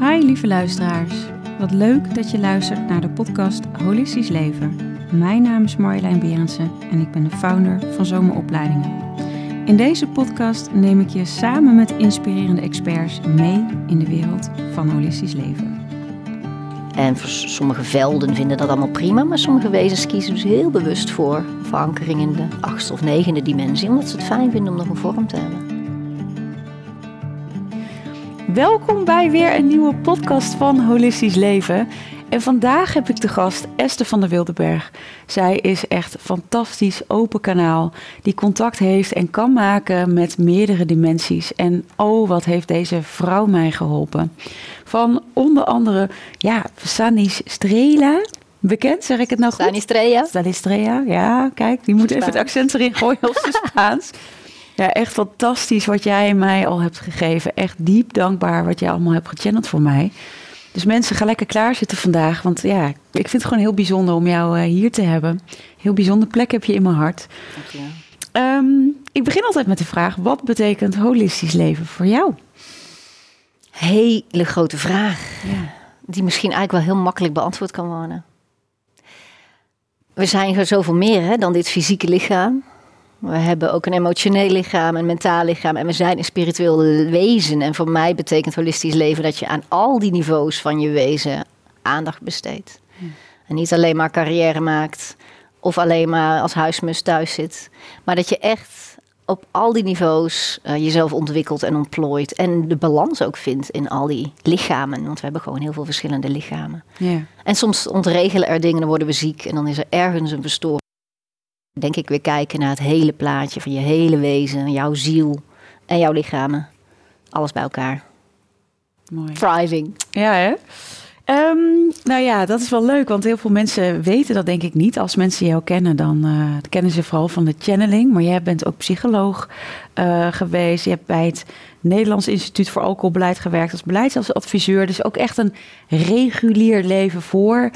Hi lieve luisteraars. Wat leuk dat je luistert naar de podcast Holistisch Leven. Mijn naam is Marjolein Berendsen en ik ben de founder van Zomeropleidingen. In deze podcast neem ik je samen met inspirerende experts mee in de wereld van holistisch leven. En voor sommige velden vinden dat allemaal prima, maar sommige wezens kiezen dus heel bewust voor verankering in de 8e of 9e dimensie, omdat ze het fijn vinden om nog een vorm te hebben. Welkom bij weer een nieuwe podcast van Holistisch Leven. En vandaag heb ik de gast Esther van der Wildenberg. Zij is echt fantastisch open kanaal die contact heeft en kan maken met meerdere dimensies. En oh, wat heeft deze vrouw mij geholpen. Van onder andere, Stanis Strela. Bekend, zeg ik het nou goed? Stanis Strela, ja, kijk, die moet even het accent erin gooien als het Spaans. Ja, echt fantastisch wat jij mij al hebt gegeven. Echt diep dankbaar wat jij allemaal hebt gechanneld voor mij. Dus mensen, ga lekker klaarzitten vandaag. Want ja, ik vind het gewoon heel bijzonder om jou hier te hebben. Heel bijzonder plek heb je in mijn hart. Dankjewel. Ik begin altijd met de vraag, wat betekent holistisch leven voor jou? Hele grote vraag. Ja. Die misschien eigenlijk wel heel makkelijk beantwoord kan worden. We zijn zoveel meer dan dit fysieke lichaam. We hebben ook een emotioneel lichaam, een mentaal lichaam en we zijn een spiritueel wezen. En voor mij betekent holistisch leven dat je aan al die niveaus van je wezen aandacht besteedt. En niet alleen maar carrière maakt of alleen maar als huismus thuis zit. Maar dat je echt op al die niveaus jezelf ontwikkelt en ontplooit. En de balans ook vindt in al die lichamen. Want we hebben gewoon heel veel verschillende lichamen. Ja. En soms ontregelen er dingen, dan worden we ziek en dan is er ergens een verstoring. Denk ik weer kijken naar het hele plaatje van je hele wezen, jouw ziel en jouw lichamen. Alles bij elkaar. Mooi. Thriving. Ja, hè? Nou ja, dat is wel leuk, want heel veel mensen weten dat denk ik niet. Als mensen jou kennen, dan kennen ze vooral van de channeling. Maar jij bent ook psycholoog geweest. Je hebt bij het Nederlands Instituut voor Alcoholbeleid gewerkt als beleidsadviseur. Dus ook echt een regulier leven voor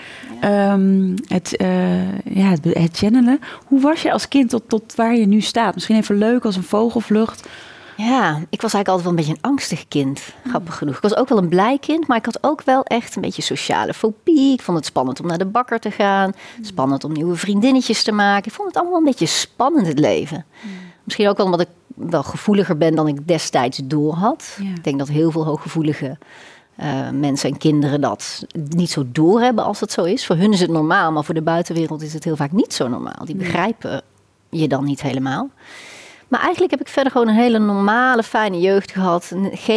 het channelen. Hoe was je als kind tot waar je nu staat? Misschien even leuk als een vogelvlucht. Ja, ik was eigenlijk altijd wel een beetje een angstig kind, grappig genoeg. Ik was ook wel een blij kind, maar ik had ook wel echt een beetje sociale fobie. Ik vond het spannend om naar de bakker te gaan, spannend om nieuwe vriendinnetjes te maken. Ik vond het allemaal een beetje spannend, het leven. Misschien ook wel omdat ik wel gevoeliger ben dan ik destijds door had. Ja. Ik denk dat heel veel hooggevoelige mensen en kinderen dat niet zo doorhebben als het zo is. Voor hun is het normaal, maar voor de buitenwereld is het heel vaak niet zo normaal. Die begrijpen je dan niet helemaal. Maar eigenlijk heb ik verder gewoon een hele normale, fijne jeugd gehad.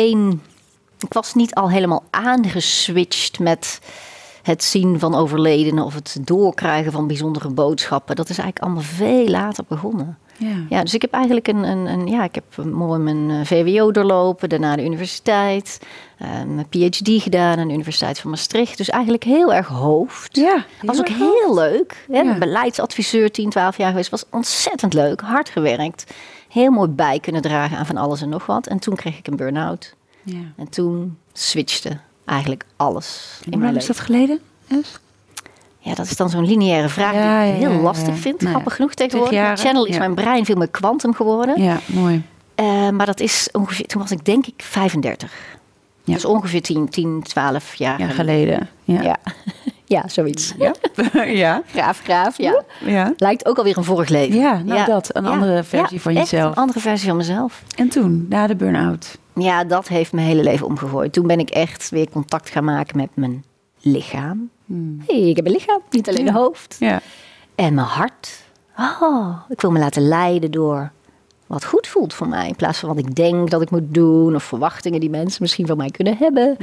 Ik was niet al helemaal aangeswitcht met het zien van overledenen of het doorkrijgen van bijzondere boodschappen. Dat is eigenlijk allemaal veel later begonnen. Ja, dus ik heb eigenlijk ik heb mooi mijn VWO doorlopen, daarna de universiteit, mijn PhD gedaan aan de Universiteit van Maastricht. Dus eigenlijk heel erg hoofd. Ja, was ook heel leuk. Hè? Ja. Beleidsadviseur, 10, 12 jaar geweest, was ontzettend leuk, hard gewerkt. Heel mooi bij kunnen dragen aan van alles en nog wat. En toen kreeg ik een burn-out. Ja. En toen switchte eigenlijk alles in Hoe mijn lang is leven. dat geleden? Yes. Ja, dat is dan zo'n lineaire vraag die ik heel lastig vind. Nou ja, grappig genoeg tegenwoordig. 20 Met jaren, Channel is mijn brein veel meer quantum geworden. Ja, mooi. Maar dat is ongeveer, toen was ik denk ik 35. Ja. Dus ongeveer 10, 12 jaar Ja, geleden. Ja. Ja. Ja, zoiets. Ja. Ja. Graaf, ja. Ja. Lijkt ook alweer een vorig leven. Ja, nou dat. Een andere versie van echt jezelf. een andere versie van mezelf. En toen, na de burn-out. Ja, dat heeft mijn hele leven omgegooid. Toen ben ik echt weer contact gaan maken met mijn lichaam. Hey, ik heb een lichaam, niet alleen een hoofd. Ja. En mijn hart. Oh, ik wil me laten leiden door wat goed voelt voor mij. In plaats van wat ik denk dat ik moet doen. Of verwachtingen die mensen misschien van mij kunnen hebben.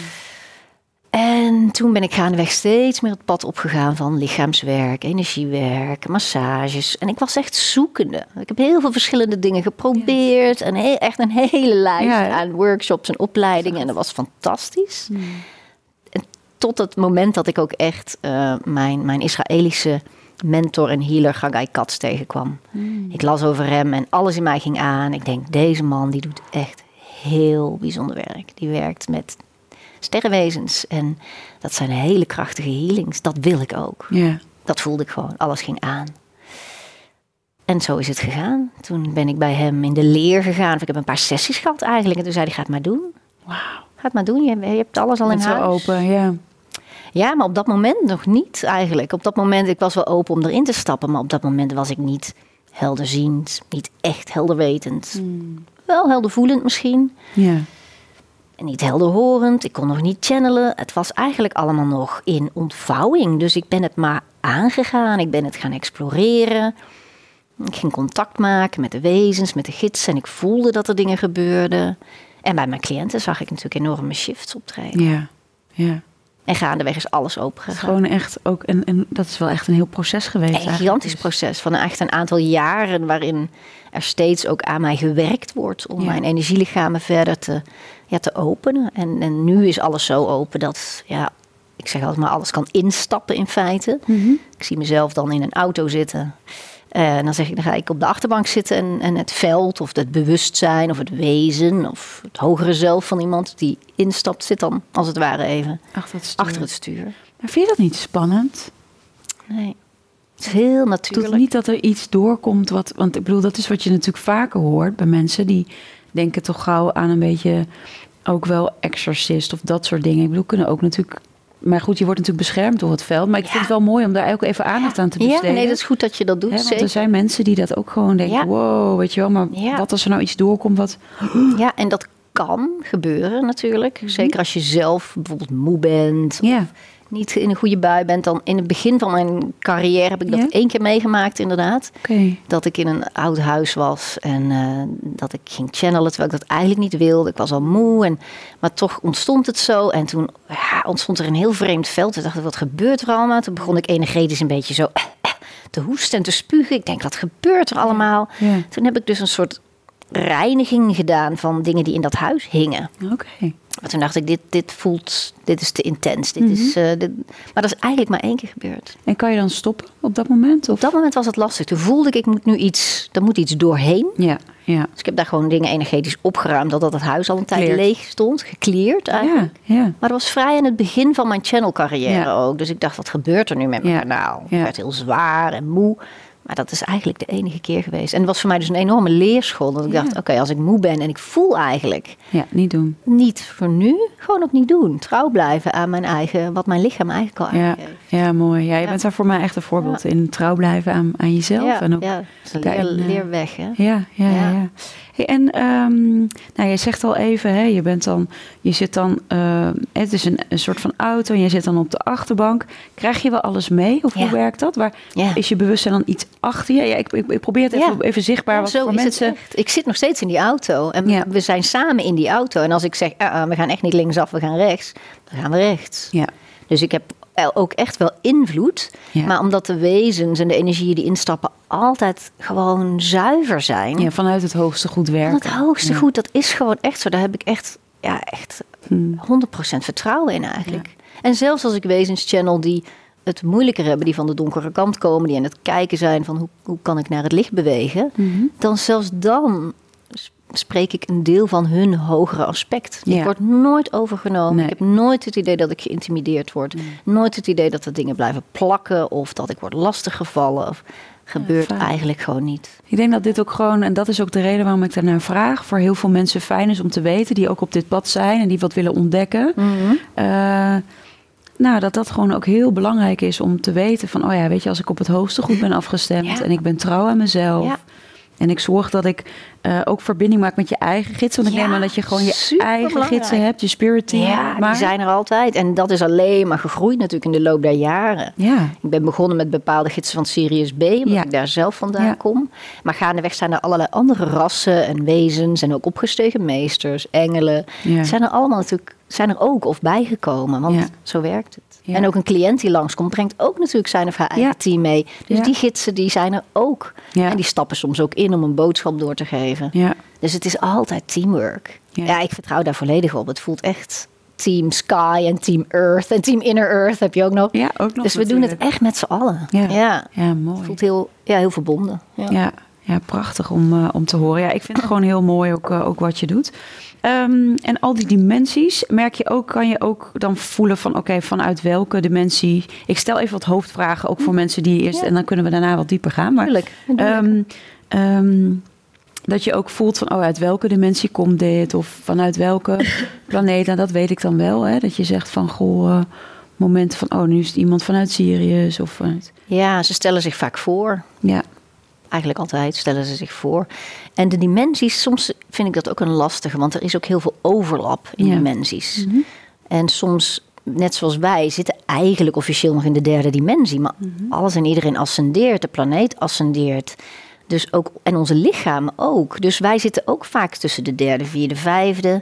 En toen ben ik gaandeweg steeds meer het pad opgegaan van lichaamswerk, energiewerk, massages. En ik was echt zoekende. Ik heb heel veel verschillende dingen geprobeerd. En echt een hele lijst aan workshops en opleidingen. En dat was fantastisch. En tot het moment dat ik ook echt mijn Israëlische mentor en healer Gagai Katz tegenkwam. Ik las over hem en alles in mij ging aan. Ik denk, deze man die doet echt heel bijzonder werk. Die werkt met sterrenwezens en dat zijn hele krachtige healings. Dat wil ik ook. Ja. Dat voelde ik gewoon. Alles ging aan. En zo is het gegaan. Toen ben ik bij hem in de leer gegaan. Ik heb een paar sessies gehad eigenlijk. En toen zei hij, ga het maar doen. Wauw. Ga het maar doen. Je hebt alles al in Met huis. zo open, ja. Ja, maar op dat moment nog niet eigenlijk. Op dat moment, ik was wel open om erin te stappen, maar op dat moment was ik niet helderziend, niet echt helderwetend. Wel heldervoelend misschien. Ja. En niet helderhorend, ik kon nog niet channelen. Het was eigenlijk allemaal nog in ontvouwing. Dus ik ben het maar aangegaan, ik ben het gaan exploreren. Ik ging contact maken met de wezens, met de gidsen. En ik voelde dat er dingen gebeurden. En bij mijn cliënten zag ik natuurlijk enorme shifts optreden. Ja, ja. En gaandeweg is alles open Het is gegaan. gewoon echt ook, en dat is wel echt een heel proces geweest. Een gigantisch Dus- proces van echt een aantal jaren waarin er steeds ook aan mij gewerkt wordt om Ja. mijn energielichamen verder te openen. En nu is alles zo open dat, ik zeg altijd maar, alles kan instappen in feite. Ik zie mezelf dan in een auto zitten. En dan zeg ik, dan ga ik op de achterbank zitten en het veld of het bewustzijn of het wezen of het hogere zelf van iemand die instapt, zit dan als het ware even achter het stuur. Maar vind je dat niet spannend? Nee, het is heel Doet natuurlijk. niet dat er iets doorkomt want ik bedoel, dat is wat je natuurlijk vaker hoort bij mensen die denken toch gauw aan een beetje ook wel exorcist of dat soort dingen. Ik bedoel, kunnen ook natuurlijk, maar goed, je wordt natuurlijk beschermd door het veld. Maar ik vind het wel mooi om daar ook even aandacht aan te besteden. Ja, nee, dat is goed dat je dat doet. Hè, want zeker. er zijn mensen die dat ook gewoon denken, Ja. wow, weet je wel, maar Ja. wat als er nou iets doorkomt wat... Ja, en dat kan gebeuren natuurlijk. Zeker als je zelf bijvoorbeeld moe bent. Of Ja, niet in een goede bui bent. Dan in het begin van mijn carrière heb ik dat Ja. 1 keer meegemaakt inderdaad. oké. Dat ik in een oud huis was en dat ik ging channelen terwijl ik dat eigenlijk niet wilde. Ik was al moe, maar toch ontstond het zo. En toen ontstond er een heel vreemd veld. Toen dacht ik, wat gebeurt er allemaal? Toen begon ik energetisch een beetje zo te hoesten en te spugen. Ik denk, wat gebeurt er allemaal? Ja. Toen heb ik dus een soort reiniging gedaan van dingen die in dat huis hingen. Oké. Maar toen dacht ik, dit is te intens. Maar dat is eigenlijk maar 1 keer gebeurd. En kan je dan stoppen op dat moment? Op Of? dat moment was het lastig. Toen voelde ik moet nu er moet iets doorheen. Ja, ja. Dus ik heb daar gewoon dingen energetisch opgeruimd. Dat het huis al een tijd Cleared. leeg stond. Gecleared eigenlijk. Ja, ja. Maar dat was vrij aan het begin van mijn channel-carrière Ja. ook. Dus ik dacht, wat gebeurt er nu met mijn Ja. kanaal? Ja. Ik werd heel zwaar en moe. Maar dat is eigenlijk de enige keer geweest. En het was voor mij dus een enorme leerschool. Dat ik Ja. dacht, oké, als ik moe ben en ik voel eigenlijk Ja, niet doen. niet voor nu, gewoon ook niet doen. Trouw blijven aan mijn eigen, wat mijn lichaam eigenlijk al Ja, aangeeft. ja, mooi. Ja, je bent daar voor mij echt een voorbeeld in. Trouw blijven aan jezelf. En ook ja, dat is een daarin, leerweg. Hè? Ja. Ja. Hey, en nou, je zegt al even, hè, je zit dan, het is een soort van auto en je zit dan op de achterbank. Krijg je wel alles mee? Of hoe Ja. werkt dat? Waar Ja. is je bewustzijn dan iets achter je? Ja, ik probeer het even zichtbaar wat Zo voor is mensen. het echt. Ik zit nog steeds in die auto en Ja. we zijn samen in die auto. En als ik zeg, we gaan echt niet linksaf, we gaan rechts, dan gaan we rechts. Ja, Dus ik heb ook echt wel invloed. Ja. Maar omdat de wezens en de energieën die instappen altijd gewoon zuiver zijn. ja, vanuit het hoogste goed werken. Want het hoogste Ja. goed, dat is gewoon echt zo. Daar heb ik echt 100% vertrouwen in eigenlijk. En zelfs als ik wezens channel die het moeilijker hebben, die van de donkere kant komen, die aan het kijken zijn van hoe kan ik naar het licht bewegen, dan zelfs dan spreek ik een deel van hun hogere aspect. Ja. Ik word nooit overgenomen. Nee. Ik heb nooit het idee dat ik geïntimideerd word. Nooit het idee dat er dingen blijven plakken of dat ik word lastiggevallen. Of gebeurt fijn. eigenlijk gewoon niet. Ik denk dat dit ook gewoon, en dat is ook de reden waarom ik daarnaar vraag, voor heel veel mensen fijn is om te weten, die ook op dit pad zijn en die wat willen ontdekken. Nou, dat gewoon ook heel belangrijk is om te weten van, oh ja, weet je, als ik op het hoogste goed ben afgestemd Ja. en ik ben trouw aan mezelf. Ja. En ik zorg dat ik ook verbinding maak met je eigen gids. Want ik Ja, neem aan dat je gewoon je eigen superbelangrijk. gidsen hebt, je spirit team. Ja, maar die zijn er altijd. En dat is alleen maar gegroeid natuurlijk in de loop der jaren. Ja, Ik ben begonnen met bepaalde gidsen van Sirius B, omdat Ja. ik daar zelf vandaan Ja. kom. Maar gaandeweg zijn er allerlei andere rassen en wezens en ook opgestegen meesters, engelen. Ja. Zijn er ook of bijgekomen, want Ja. zo werkt het. Ja. En ook een cliënt die langskomt, brengt ook natuurlijk zijn of haar eigen Ja. team mee. Dus Ja. die gidsen die zijn er ook. Ja. En die stappen soms ook in om een boodschap door te geven. ja, Dus het is altijd teamwork. Ja. Ja, ik vertrouw daar volledig op. Het voelt echt Team Sky en Team Earth en Team Inner Earth heb je ook nog. ja, ook nog. Dus we doen het echt met z'n allen. Ja. Ja. Ja, mooi. Het voelt heel verbonden. Ja. Ja, prachtig om te horen. Ja, ik vind het gewoon heel mooi ook wat je doet. En al die dimensies, kan je ook dan voelen van oké, vanuit welke dimensie? Ik stel even wat hoofdvragen ook voor mensen die eerst, Ja. en dan kunnen we daarna wat dieper gaan. Maar Tuurlijk. Ehm, Dat je ook voelt van, uit welke dimensie komt dit? Of vanuit welke planeet? Nou, dat weet ik dan wel. Hè? Dat je zegt van, momenten van, nu is het iemand vanuit Sirius. Of vanuit... Ja, ze stellen zich vaak voor. Ja. Eigenlijk altijd stellen ze zich voor. En de dimensies, soms vind ik dat ook een lastige. Want er is ook heel veel overlap in dimensies. Mm-hmm. En soms, net zoals wij, zitten eigenlijk officieel nog in de 3e dimensie. Maar alles en iedereen ascendeert. De planeet ascendeert. Dus ook, en onze lichamen ook. Dus wij zitten ook vaak tussen de 3e, 4e, 5e.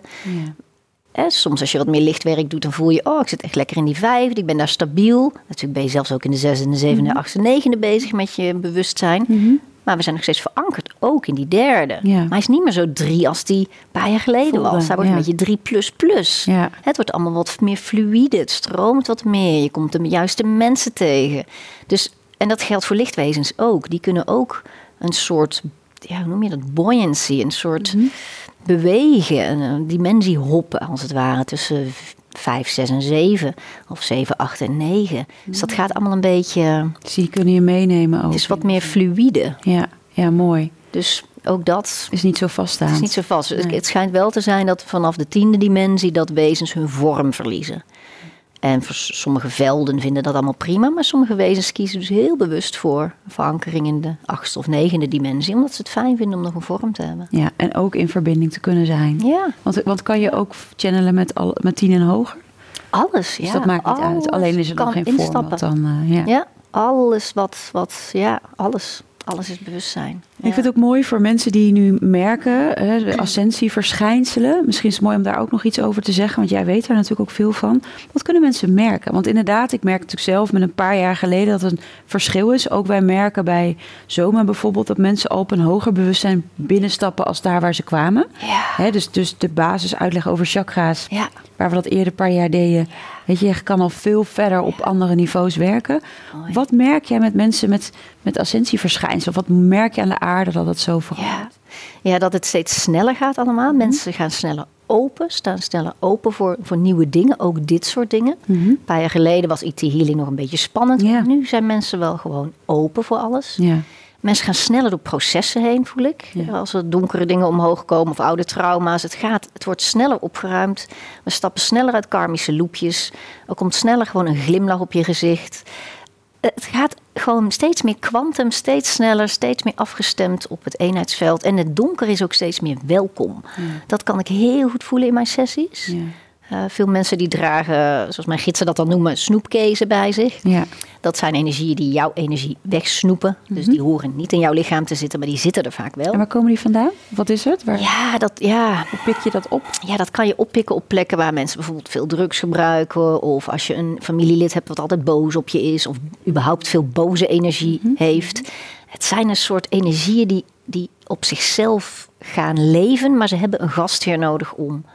Ja. Soms als je wat meer lichtwerk doet, dan voel je... ik zit echt lekker in die 5e, ik ben daar stabiel. Natuurlijk ben je zelfs ook in de 6e, de 7e, 8e, 9e bezig met je bewustzijn. Mm-hmm. Maar we zijn nog steeds verankerd, ook in die 3e. Ja. Maar hij is niet meer zo 3 als die een paar jaar geleden was. Hij wordt een beetje 3++. Ja. Het wordt allemaal wat meer fluïde, het stroomt wat meer. Je komt de juiste mensen tegen. Dus, en dat geldt voor lichtwezens ook. Die kunnen ook een soort, hoe noem je dat, buoyancy, een soort bewegen, een dimensie hoppen als het ware tussen 5, 6 en 7 of 7, 8 en 9. Dus dat gaat allemaal een beetje... Dus die kunnen je meenemen ook. Het is wat meer fluïde. Ja, mooi. Dus ook dat... Is niet zo vaststaand. Het is niet zo vast. Nee. Het schijnt wel te zijn dat vanaf de 10e dimensie dat wezens hun vorm verliezen. En voor sommige velden vinden dat allemaal prima. Maar sommige wezens kiezen dus heel bewust voor verankering in de 8e of 9e dimensie. Omdat ze het fijn vinden om nog een vorm te hebben. Ja, en ook in verbinding te kunnen zijn. Ja. Want kan je ook channelen met 10 en hoger? Alles, dus dat maakt niet uit. Alleen is er nog geen vorm. Ja, alles alles. Alles is bewustzijn. Ik vind het ook mooi voor mensen die nu merken, de ascensieverschijnselen. Misschien is het mooi om daar ook nog iets over te zeggen, want jij weet daar natuurlijk ook veel van. Wat kunnen mensen merken? Want inderdaad, ik merk natuurlijk zelf met een paar jaar geleden dat er een verschil is. Ook wij merken bij Zoma bijvoorbeeld dat mensen al op een hoger bewustzijn binnenstappen als daar waar ze kwamen. Ja. Dus de basisuitleg over chakra's, waar we dat eerder een paar jaar deden. Weet je kan al veel verder op andere niveaus werken. Mooi. Wat merk jij met mensen met ascensieverschijnselen? Wat merk je aan de aarde dat het zo verandert? Ja, dat het steeds sneller gaat allemaal. Mensen gaan sneller open, staan sneller open voor nieuwe dingen. Ook dit soort dingen. Een paar jaar geleden was IT Healing nog een beetje spannend. Ja. Nu zijn mensen wel gewoon open voor alles. Ja. Mensen gaan sneller door processen heen, voel ik. Ja. Als er donkere dingen omhoog komen of oude trauma's. Het wordt sneller opgeruimd. We stappen sneller uit karmische loopjes. Er komt sneller gewoon een glimlach op je gezicht. Het gaat gewoon steeds meer kwantum, steeds sneller, steeds meer afgestemd op het eenheidsveld. En het donker is ook steeds meer welkom. Ja. Dat kan ik heel goed voelen in mijn sessies. Ja. Veel mensen die dragen, zoals mijn gidsen dat dan noemen, snoepkezen bij zich. Ja. Dat zijn energieën die jouw energie wegsnoepen. Dus die horen niet in jouw lichaam te zitten, maar die zitten er vaak wel. En waar komen die vandaan? Wat is het? Hoe pik je dat op? Ja, dat kan je oppikken op plekken waar mensen bijvoorbeeld veel drugs gebruiken. Of als je een familielid hebt wat altijd boos op je is. Of überhaupt veel boze energie heeft. Het zijn een soort energieën die op zichzelf gaan leven. Maar ze hebben een gastheer nodig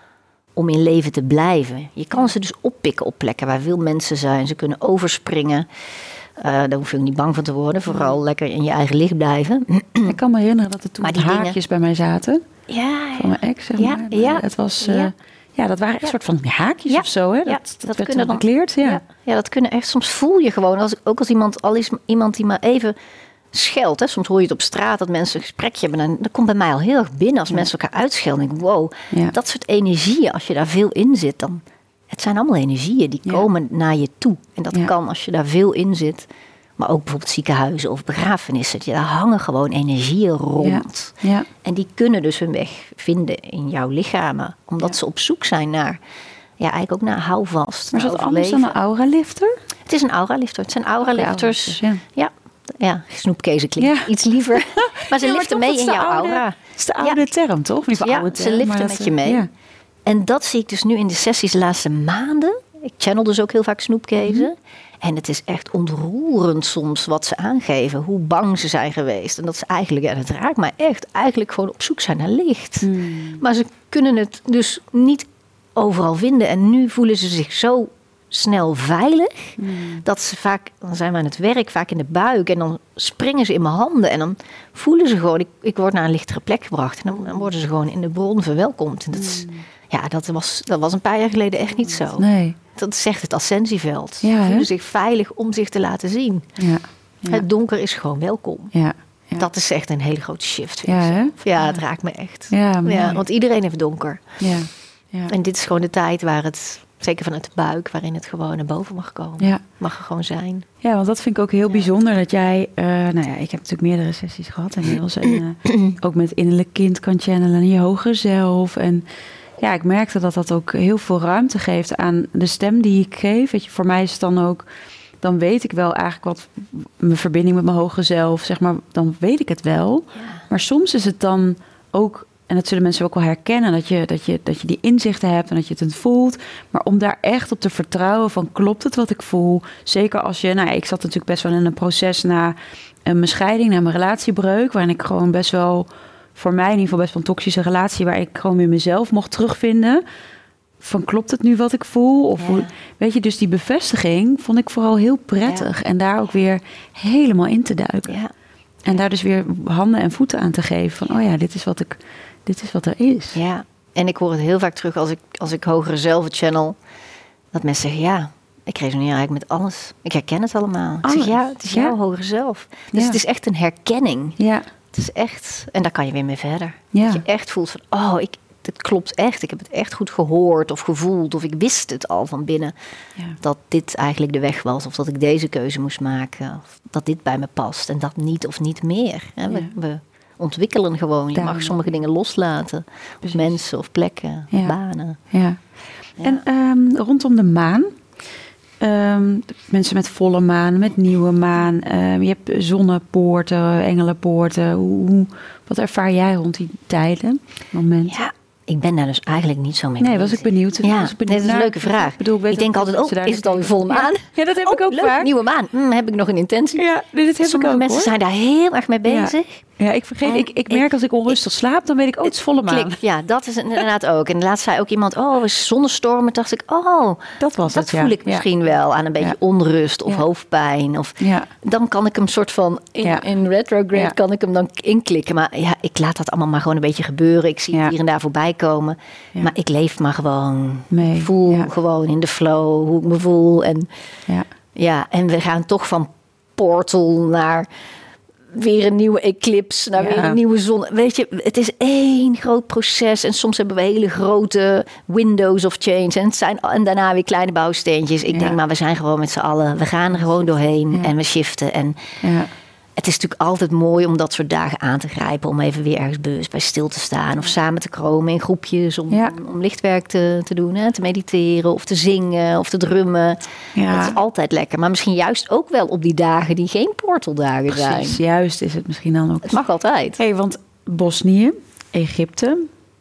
om in leven te blijven. Je kan ze dus oppikken op plekken waar veel mensen zijn. Ze kunnen overspringen. Daar hoef je ook niet bang van te worden. Vooral lekker in je eigen licht blijven. Ik kan me herinneren dat er toen haakjes bij mij zaten. Ja. Van mijn ex, zeg maar. Ja. Het was... dat waren echt een soort van haakjes of zo. Hè? Dat werd dan gekleerd. Ja, dat kunnen echt. Soms voel je gewoon, ook als iemand die maar even scheldt. Hè. Soms hoor je het op straat dat mensen een gesprekje hebben. En dat komt bij mij al heel erg binnen als mensen elkaar uitschelden. Ik denk, wow, dat soort energieën, als je daar veel in zit, dan... Het zijn allemaal energieën die komen naar je toe. En dat kan als je daar veel in zit. Maar ook bijvoorbeeld ziekenhuizen of begrafenissen. Daar hangen gewoon energieën rond. Ja. Ja. En die kunnen dus hun weg vinden in jouw lichamen. Omdat ze op zoek zijn naar... Ja, eigenlijk ook naar houvast. Maar is dat anders dan een auralifter? Het is een auralifter. Het zijn auralifters. Ja, snoepkezen klinkt iets liever. Maar ze liften mee in jouw aura. Het is de oude term, toch? Ze liften met je mee. Ja. En dat zie ik dus nu in de sessies de laatste maanden. Ik channel dus ook heel vaak snoepkezen. En het is echt ontroerend soms wat ze aangeven. Hoe bang ze zijn geweest. En dat ze eigenlijk, het raakt mij echt, eigenlijk gewoon op zoek zijn naar licht. Maar ze kunnen het dus niet overal vinden. En nu voelen ze zich zo snel veilig. Dat ze vaak, dan zijn we aan het werk, vaak in de buik. En dan springen ze in mijn handen. En dan voelen ze gewoon, ik word naar een lichtere plek gebracht. En dan worden ze gewoon in de bron verwelkomd. En dat is... Ja, dat was een paar jaar geleden echt niet zo. Nee. Dat zegt het ascensieveld. Ze voelen zich veilig om zich te laten zien. Ja. Ja. Het donker is gewoon welkom. Ja. Ja. Dat is echt een hele grote shift. Ja, hè? Ja, het raakt me echt. Ja, mooi. Want iedereen heeft donker. Ja. Ja. En dit is gewoon de tijd waar het, zeker vanuit de buik, waarin het gewoon naar boven mag komen. Ja. Mag er gewoon zijn. Ja, want dat vind ik ook heel bijzonder dat jij... ik heb natuurlijk meerdere sessies gehad inmiddels. En ook met innerlijk kind kan channelen en je hogere zelf. En ja, ik merkte dat dat ook heel veel ruimte geeft aan de stem die ik geef. Weet je, voor mij is het dan ook... Dan weet ik wel eigenlijk wat mijn verbinding met mijn hogere zelf, zeg maar, dan weet ik het wel. Ja. Maar soms is het dan ook, en dat zullen mensen ook wel herkennen, dat je die inzichten hebt en dat je het voelt. Maar om daar echt op te vertrouwen van, klopt het wat ik voel? Zeker als je, ik zat natuurlijk best wel in een proces na mijn scheiding, na mijn relatiebreuk, waarin ik gewoon best wel, voor mij in ieder geval best wel een toxische relatie, waar ik gewoon weer mezelf mocht terugvinden. Van, klopt het nu wat ik voel? Of weet je, dus die bevestiging vond ik vooral heel prettig. Ja. En daar ook weer helemaal in te duiken. Ja. En daar dus weer handen en voeten aan te geven. Van, dit is wat er is. Ja, en ik hoor het heel vaak terug als ik hogere zelf channel. Dat mensen zeggen, ik resoneer eigenlijk met alles. Ik herken het allemaal. Ik zeg, het is jouw hogere zelf. Dus het is echt een herkenning. Ja. Het is echt, en daar kan je weer mee verder. Ja. Dat je echt voelt van, het klopt echt. Ik heb het echt goed gehoord of gevoeld. Of ik wist het al van binnen. Ja. Dat dit eigenlijk de weg was. Of dat ik deze keuze moest maken. Of dat dit bij me past. En dat niet of niet meer. Hè? We ontwikkelen gewoon. Je mag sommige dingen loslaten. Of mensen of plekken. Of banen. Ja. Ja. En rondom de maan. Mensen met volle maan. Met nieuwe maan. Je hebt zonnepoorten. Engelenpoorten. Wat ervaar jij rond die tijden? Momenten? Ja. Ik ben daar dus eigenlijk niet zo mee bezig. Nee, was ik benieuwd. Ja, dat is een leuke vraag. Ik denk altijd, is het alweer volle maan? Ja, dat heb ik ook vaak. Nieuwe maan, heb ik nog een intentie? Ja, dit heb Sommige ik ook, mensen zijn daar heel erg mee bezig. Ja, ik merk als ik onrustig slaap, dan weet ik, het is volle maan. Ja, dat is inderdaad ook. En laatst zei ook iemand, is zonnestormen. Dacht ik, dat voel ik misschien wel aan een beetje onrust of hoofdpijn. Of dan kan ik hem soort van, in retrograde kan ik hem dan inklikken. Maar ik laat dat allemaal maar gewoon een beetje gebeuren. Ik zie het hier en daar voorbij komen. Ja. Maar ik leef maar gewoon. Ik voel gewoon in de flow hoe ik me voel. En, en we gaan toch van portal naar weer een nieuwe eclipse, naar weer een nieuwe zon. Weet je, het is één groot proces. En soms hebben we hele grote windows of change. En daarna weer kleine bouwsteentjes. Ik denk, maar we zijn gewoon met z'n allen. We gaan er gewoon doorheen en we shiften. En het is natuurlijk altijd mooi om dat soort dagen aan te grijpen. Om even weer ergens bewust bij stil te staan. Of samen te komen in groepjes. Om lichtwerk te doen. Hè, te mediteren of te zingen of te drummen. Ja. Dat is altijd lekker. Maar misschien juist ook wel op die dagen die geen portaldagen zijn. Precies, juist is het misschien dan ook. Het mag altijd. Want Bosnië, Egypte.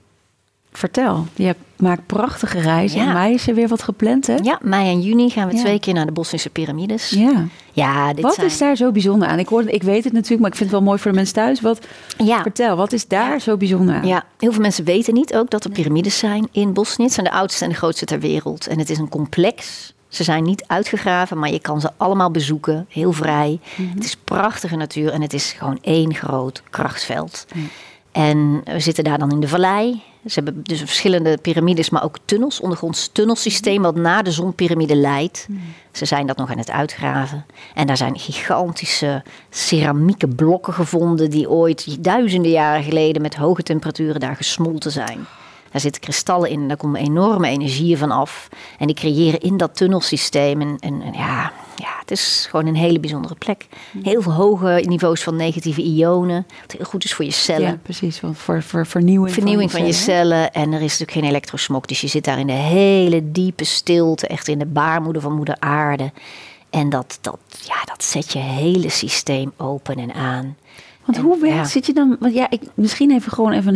Vertel, je maakt prachtige reizen. In mei is er weer wat gepland, hè? Ja, mei en juni gaan we 2 keer naar de Bosnische piramides. Ja, wat is daar zo bijzonder aan? Ik weet het natuurlijk, maar ik vind het wel mooi voor de mensen thuis. Vertel, wat is daar zo bijzonder aan? Ja, heel veel mensen weten niet ook dat er piramides zijn in Bosnië. Het zijn de oudste en de grootste ter wereld. En het is een complex. Ze zijn niet uitgegraven, maar je kan ze allemaal bezoeken. Heel vrij. Mm-hmm. Het is prachtige natuur en het is gewoon één groot krachtveld. Mm. En we zitten daar dan in de vallei. Ze hebben dus verschillende piramides, maar ook tunnels, ondergronds tunnelsysteem wat naar de zonpiramide leidt. Ze zijn dat nog aan het uitgraven. En daar zijn gigantische ceramieke blokken gevonden die ooit duizenden jaren geleden met hoge temperaturen daar gesmolten zijn. Daar zitten kristallen in en daar komen enorme energieën van af. En die creëren in dat tunnelsysteem. En het is gewoon een hele bijzondere plek. Heel veel hoge niveaus van negatieve ionen. Wat heel goed is voor je cellen. Ja, precies. Want voor vernieuwing van je cellen. En er is natuurlijk geen elektrosmog. Dus je zit daar in de hele diepe stilte. Echt in de baarmoeder van moeder aarde. En dat zet je hele systeem open en aan. Want hoe werkt, zit je dan... Want misschien even een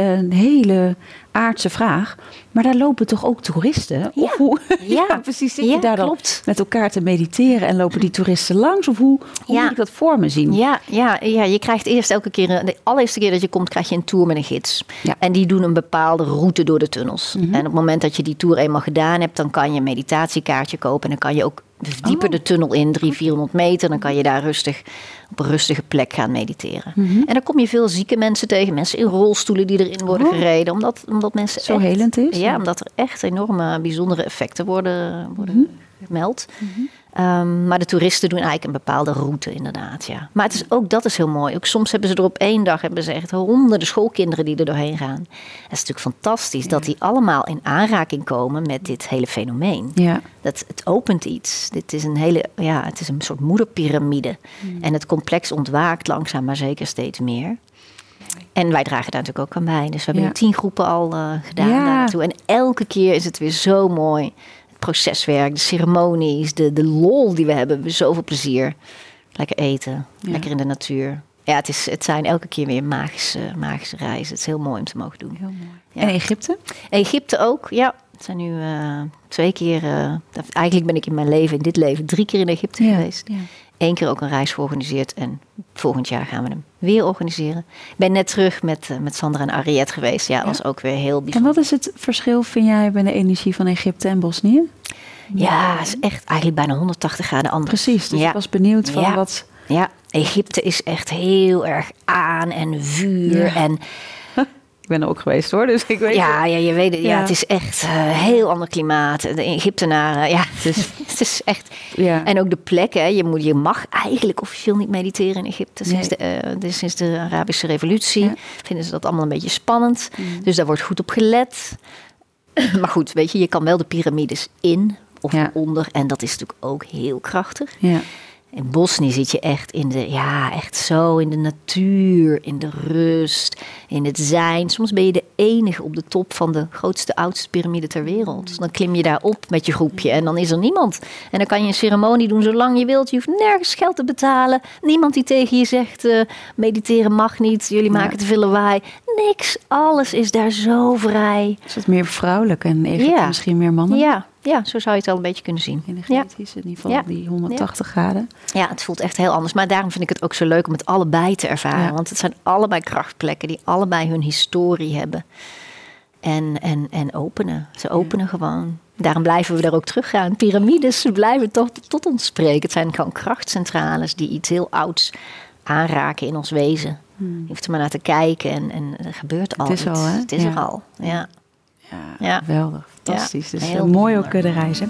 hele aardse vraag. Maar daar lopen toch ook toeristen? Ja, of hoe, precies. Zit je daar dan met elkaar te mediteren en lopen die toeristen langs? Of hoe moet ik dat voor me zien? Ja, je krijgt eerst elke keer... De allereerste keer dat je komt, krijg je een tour met een gids. Ja. En die doen een bepaalde route door de tunnels. Mm-hmm. En op het moment dat je die tour eenmaal gedaan hebt, dan kan je een meditatiekaartje kopen. En dan kan je ook dieper de tunnel in, 300-400 meter. Dan kan je daar op een rustige plek gaan mediteren. Mm-hmm. En dan kom je veel zieke mensen tegen. Mensen in rolstoelen die erin worden gereden. Omdat mensen zo helend is. Ja, omdat er echt enorme bijzondere effecten worden gemeld. Maar de toeristen doen eigenlijk een bepaalde route inderdaad, ja. Maar dat is heel mooi. Ook soms hebben ze er op 1 dag echt honderden schoolkinderen die er doorheen gaan. Dat is natuurlijk fantastisch dat die allemaal in aanraking komen met dit hele fenomeen. Ja. Het opent iets. Dit is het is een soort moederpyramide. En het complex ontwaakt langzaam maar zeker steeds meer. En wij dragen daar natuurlijk ook aan bij. Dus we hebben nu 10 groepen al gedaan daar naartoe. En elke keer is het weer zo mooi. Proceswerk, de ceremonies, de lol die we hebben. We hebben zoveel plezier. Lekker eten, lekker in de natuur. Ja, het zijn elke keer weer magische reizen. Het is heel mooi om te mogen doen. Heel mooi. Ja. En Egypte? Egypte ook, ja. Het zijn nu 2 keer... eigenlijk ben ik in dit leven 3 keer in Egypte geweest. Ja. 1 keer ook een reis georganiseerd. En volgend jaar gaan we hem weer organiseren. Ik ben net terug met Sandra en Ariette geweest. Ja, dat was ook weer heel bijzonder. En wat is het verschil, vind jij, bij de energie van Egypte en Bosnië? Ja, het is echt eigenlijk bijna 180 graden anders. Precies, dus ik was benieuwd van wat... Ja, Egypte is echt heel erg aan en vuur en... Ik ben er ook geweest hoor, dus ik weet ja, je weet het. Ja, het is echt heel ander klimaat. De Egyptenaren, het is echt... Ja. En ook de plekken. Je mag eigenlijk officieel niet mediteren in Egypte. Sinds de Arabische revolutie vinden ze dat allemaal een beetje spannend. Dus daar wordt goed op gelet. Maar goed, weet je kan wel de piramides in of onder. En dat is natuurlijk ook heel krachtig. Ja. In Bosnië zit je echt echt zo in de natuur, in de rust, in het zijn. Soms ben je de enige op de top van de grootste, oudste piramide ter wereld. Dus dan klim je daar op met je groepje en dan is er niemand. En dan kan je een ceremonie doen zolang je wilt. Je hoeft nergens geld te betalen. Niemand die tegen je zegt, mediteren mag niet, jullie maken te veel lawaai. Niks, alles is daar zo vrij. Is het meer vrouwelijk en Egypte misschien meer mannen? Ja, zo zou je het wel een beetje kunnen zien. Energetisch, in ieder geval die 180 graden. Ja, het voelt echt heel anders. Maar daarom vind ik het ook zo leuk om het allebei te ervaren. Ja. Want het zijn allebei krachtplekken die allebei hun historie hebben. En openen. Ze openen gewoon. Daarom blijven we daar ook teruggaan. Piramides blijven toch tot ons spreken. Het zijn gewoon krachtcentrales die iets heel ouds aanraken in ons wezen. Je hoeft er maar naar te kijken en er gebeurt al iets. Het is er al, Ja, geweldig. Fantastisch. Dus mooi ook de reizen.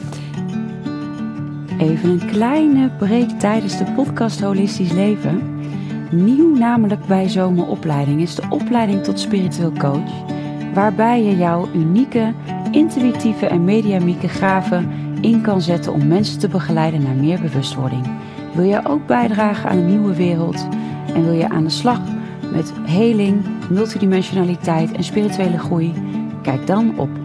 Even een kleine break tijdens de podcast Holistisch Leven. Nieuw namelijk bij Zomeropleiding is de opleiding tot spiritueel coach. Waarbij je jouw unieke, intuïtieve en mediamieke gaven in kan zetten om mensen te begeleiden naar meer bewustwording. Wil je ook bijdragen aan een nieuwe wereld en wil je aan de slag met heling, multidimensionaliteit en spirituele groei? Kijk dan op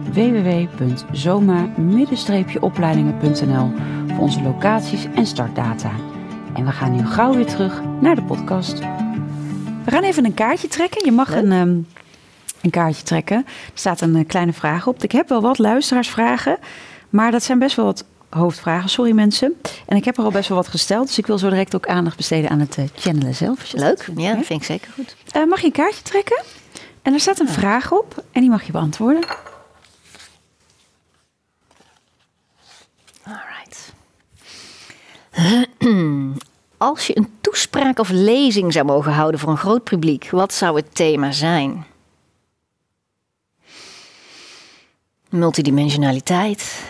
www.zoma-opleidingen.nl voor onze locaties en startdata. En we gaan nu gauw weer terug naar de podcast. We gaan even een kaartje trekken. Je mag een kaartje trekken. Er staat een kleine vraag op. Ik heb wel wat luisteraarsvragen, maar dat zijn best wel wat hoofdvragen. Sorry mensen. En ik heb er al best wel wat gesteld, dus ik wil zo direct ook aandacht besteden aan het channelen zelf. Leuk, dat vind ik zeker goed. Mag je een kaartje trekken? En er staat een vraag op en die mag je beantwoorden. Alright. Als je een toespraak of lezing zou mogen houden voor een groot publiek, wat zou het thema zijn? Multidimensionaliteit.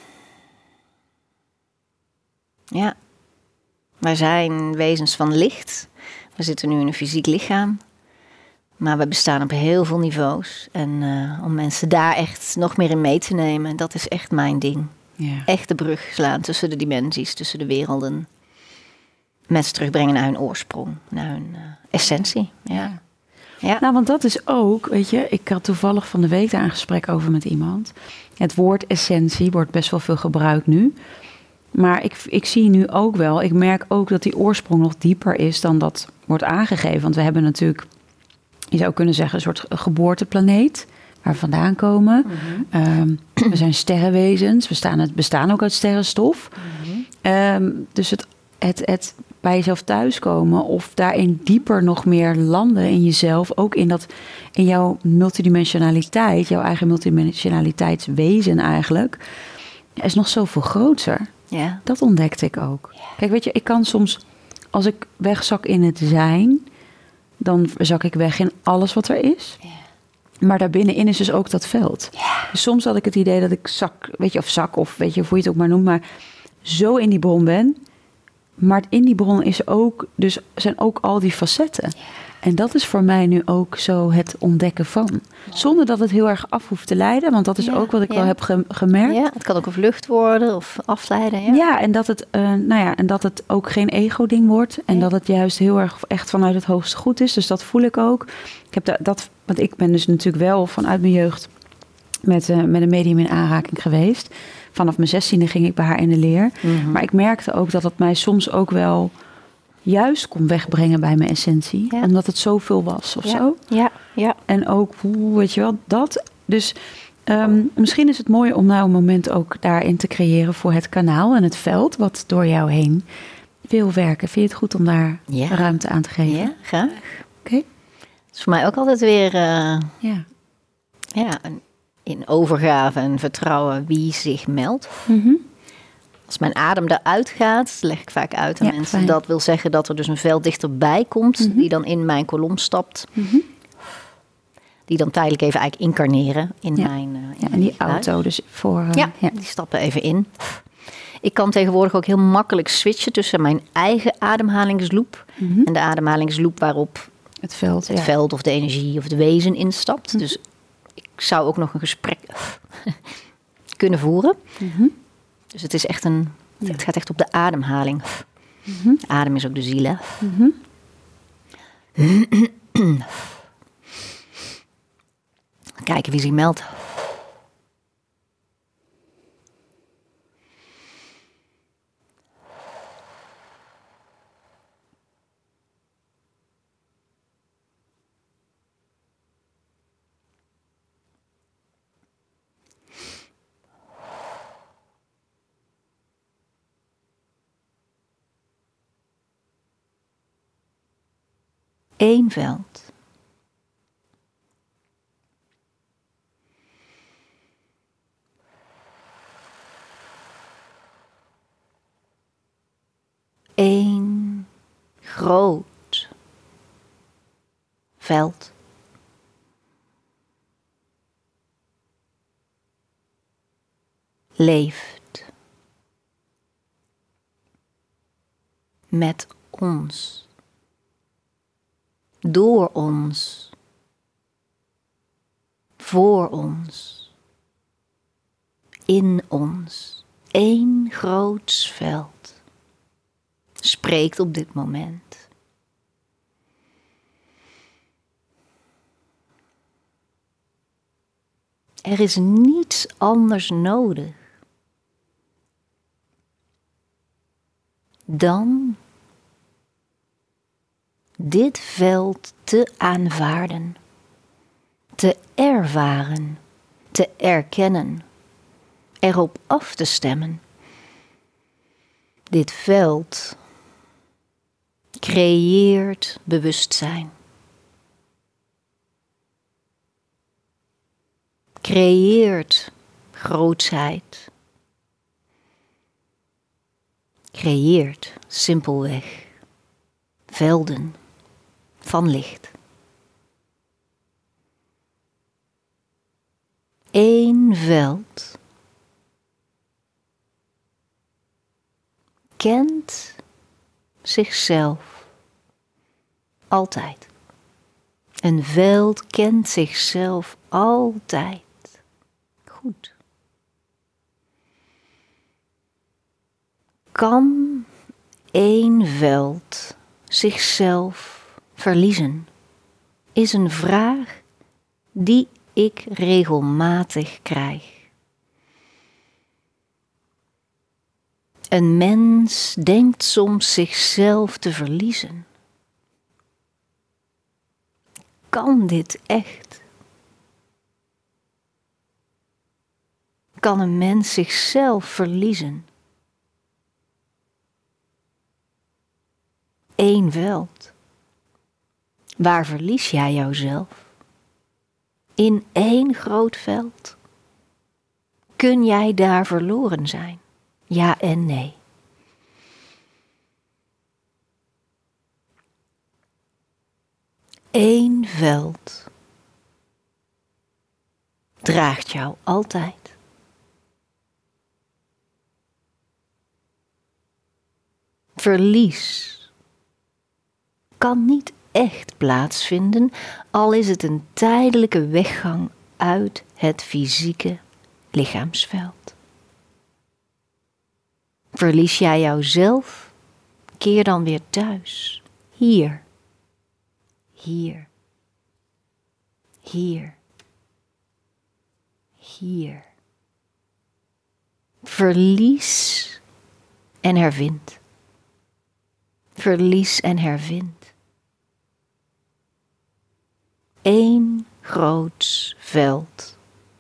Ja. Wij zijn wezens van licht. We zitten nu in een fysiek lichaam. Maar we bestaan op heel veel niveaus. En om mensen daar echt nog meer in mee te nemen, dat is echt mijn ding. Ja. Echt de brug slaan tussen de dimensies, tussen de werelden. Mensen terugbrengen naar hun oorsprong, naar hun essentie. Ja. Ja. Nou, want dat is ook, weet je, ik had toevallig van de week daar een gesprek over met iemand. Het woord essentie wordt best wel veel gebruikt nu. Maar ik zie nu ook wel, ik merk ook dat die oorsprong nog dieper is dan dat wordt aangegeven. Want we hebben natuurlijk, je zou kunnen zeggen, een soort geboorteplaneet waar we vandaan komen. Mm-hmm. We zijn sterrenwezens, we bestaan ook uit sterrenstof. Mm-hmm. Dus het bij jezelf thuiskomen of daarin dieper nog meer landen in jezelf, ook in jouw multidimensionaliteit, jouw eigen multidimensionaliteitswezen eigenlijk, is nog zoveel groter. Yeah. Dat ontdekte ik ook. Yeah. Kijk, weet je, ik kan soms, als ik wegzak in het zijn, dan zak ik weg in alles wat er is. Yeah. Maar daarbinnenin is dus ook dat veld. Yeah. Dus soms had ik het idee dat ik zak, of weet je, hoe je het ook maar noemt, maar zo in die bron ben. Maar in die bron zijn ook al die facetten. En dat is voor mij nu ook zo het ontdekken van. Zonder dat het heel erg af hoeft te leiden. Want dat is ook wat ik wel heb gemerkt. Ja, het kan ook een vlucht worden of afleiden. Ja, en dat het ook geen ego-ding wordt. En dat het juist heel erg echt vanuit het hoogste goed is. Dus dat voel ik ook. Want ik ben dus natuurlijk wel vanuit mijn jeugd met een medium in aanraking geweest. Vanaf mijn 16e ging ik bij haar in de leer. Mm-hmm. Maar ik merkte ook dat het mij soms ook wel juist kon wegbrengen bij mijn essentie. Ja. Omdat het zoveel was of zo. Ja. En ook, weet je wel, dat. Dus misschien is het mooi om nou een moment ook daarin te creëren voor het kanaal en het veld wat door jou heen wil werken. Vind je het goed om daar ruimte aan te geven? Ja, graag. Oké. Het is voor mij ook altijd weer in overgave en vertrouwen wie zich meldt. Mm-hmm. Als mijn adem eruit gaat, leg ik vaak uit aan mensen. Fijn. Dat wil zeggen dat er dus een veld dichterbij komt, mm-hmm. die dan in mijn kolom stapt. Mm-hmm. Die dan tijdelijk even eigenlijk incarneren in mijn en die auto dus voor... die stappen even in. Ik kan tegenwoordig ook heel makkelijk switchen tussen mijn eigen ademhalingsloop en de ademhalingsloop waarop het veld of de energie of het wezen instapt. Mm-hmm. Dus ik zou ook nog een gesprek kunnen voeren. Mm-hmm. Dus het is echt het gaat echt op de ademhaling. Mm-hmm. Adem is ook de ziel, hè? Mm-hmm. Kijken wie zich meldt. Eén veld. Eén groot veld. Leeft met ons. Door ons, voor ons, in ons, één groot veld, spreekt op dit moment. Er is niets anders nodig dan dit veld te aanvaarden, te ervaren, te erkennen, erop af te stemmen. Dit veld creëert bewustzijn. Creëert grootsheid. Creëert simpelweg velden van licht. Eén veld kent zichzelf altijd. Een veld kent zichzelf altijd. Goed. Kan één veld zichzelf verliezen? Is een vraag die ik regelmatig krijg. Een mens denkt soms zichzelf te verliezen. Kan dit echt? Kan een mens zichzelf verliezen? Eén veld. Waar verlies jij jouzelf? In één groot veld. Kun jij daar verloren zijn? Ja en nee. Eén veld draagt jou altijd. Verlies kan niet echt plaatsvinden, al is het een tijdelijke weggang uit het fysieke lichaamsveld. Verlies jij jouzelf, keer dan weer thuis. Hier, hier, hier, hier. Verlies en hervind. Verlies en hervind. Eén groot veld.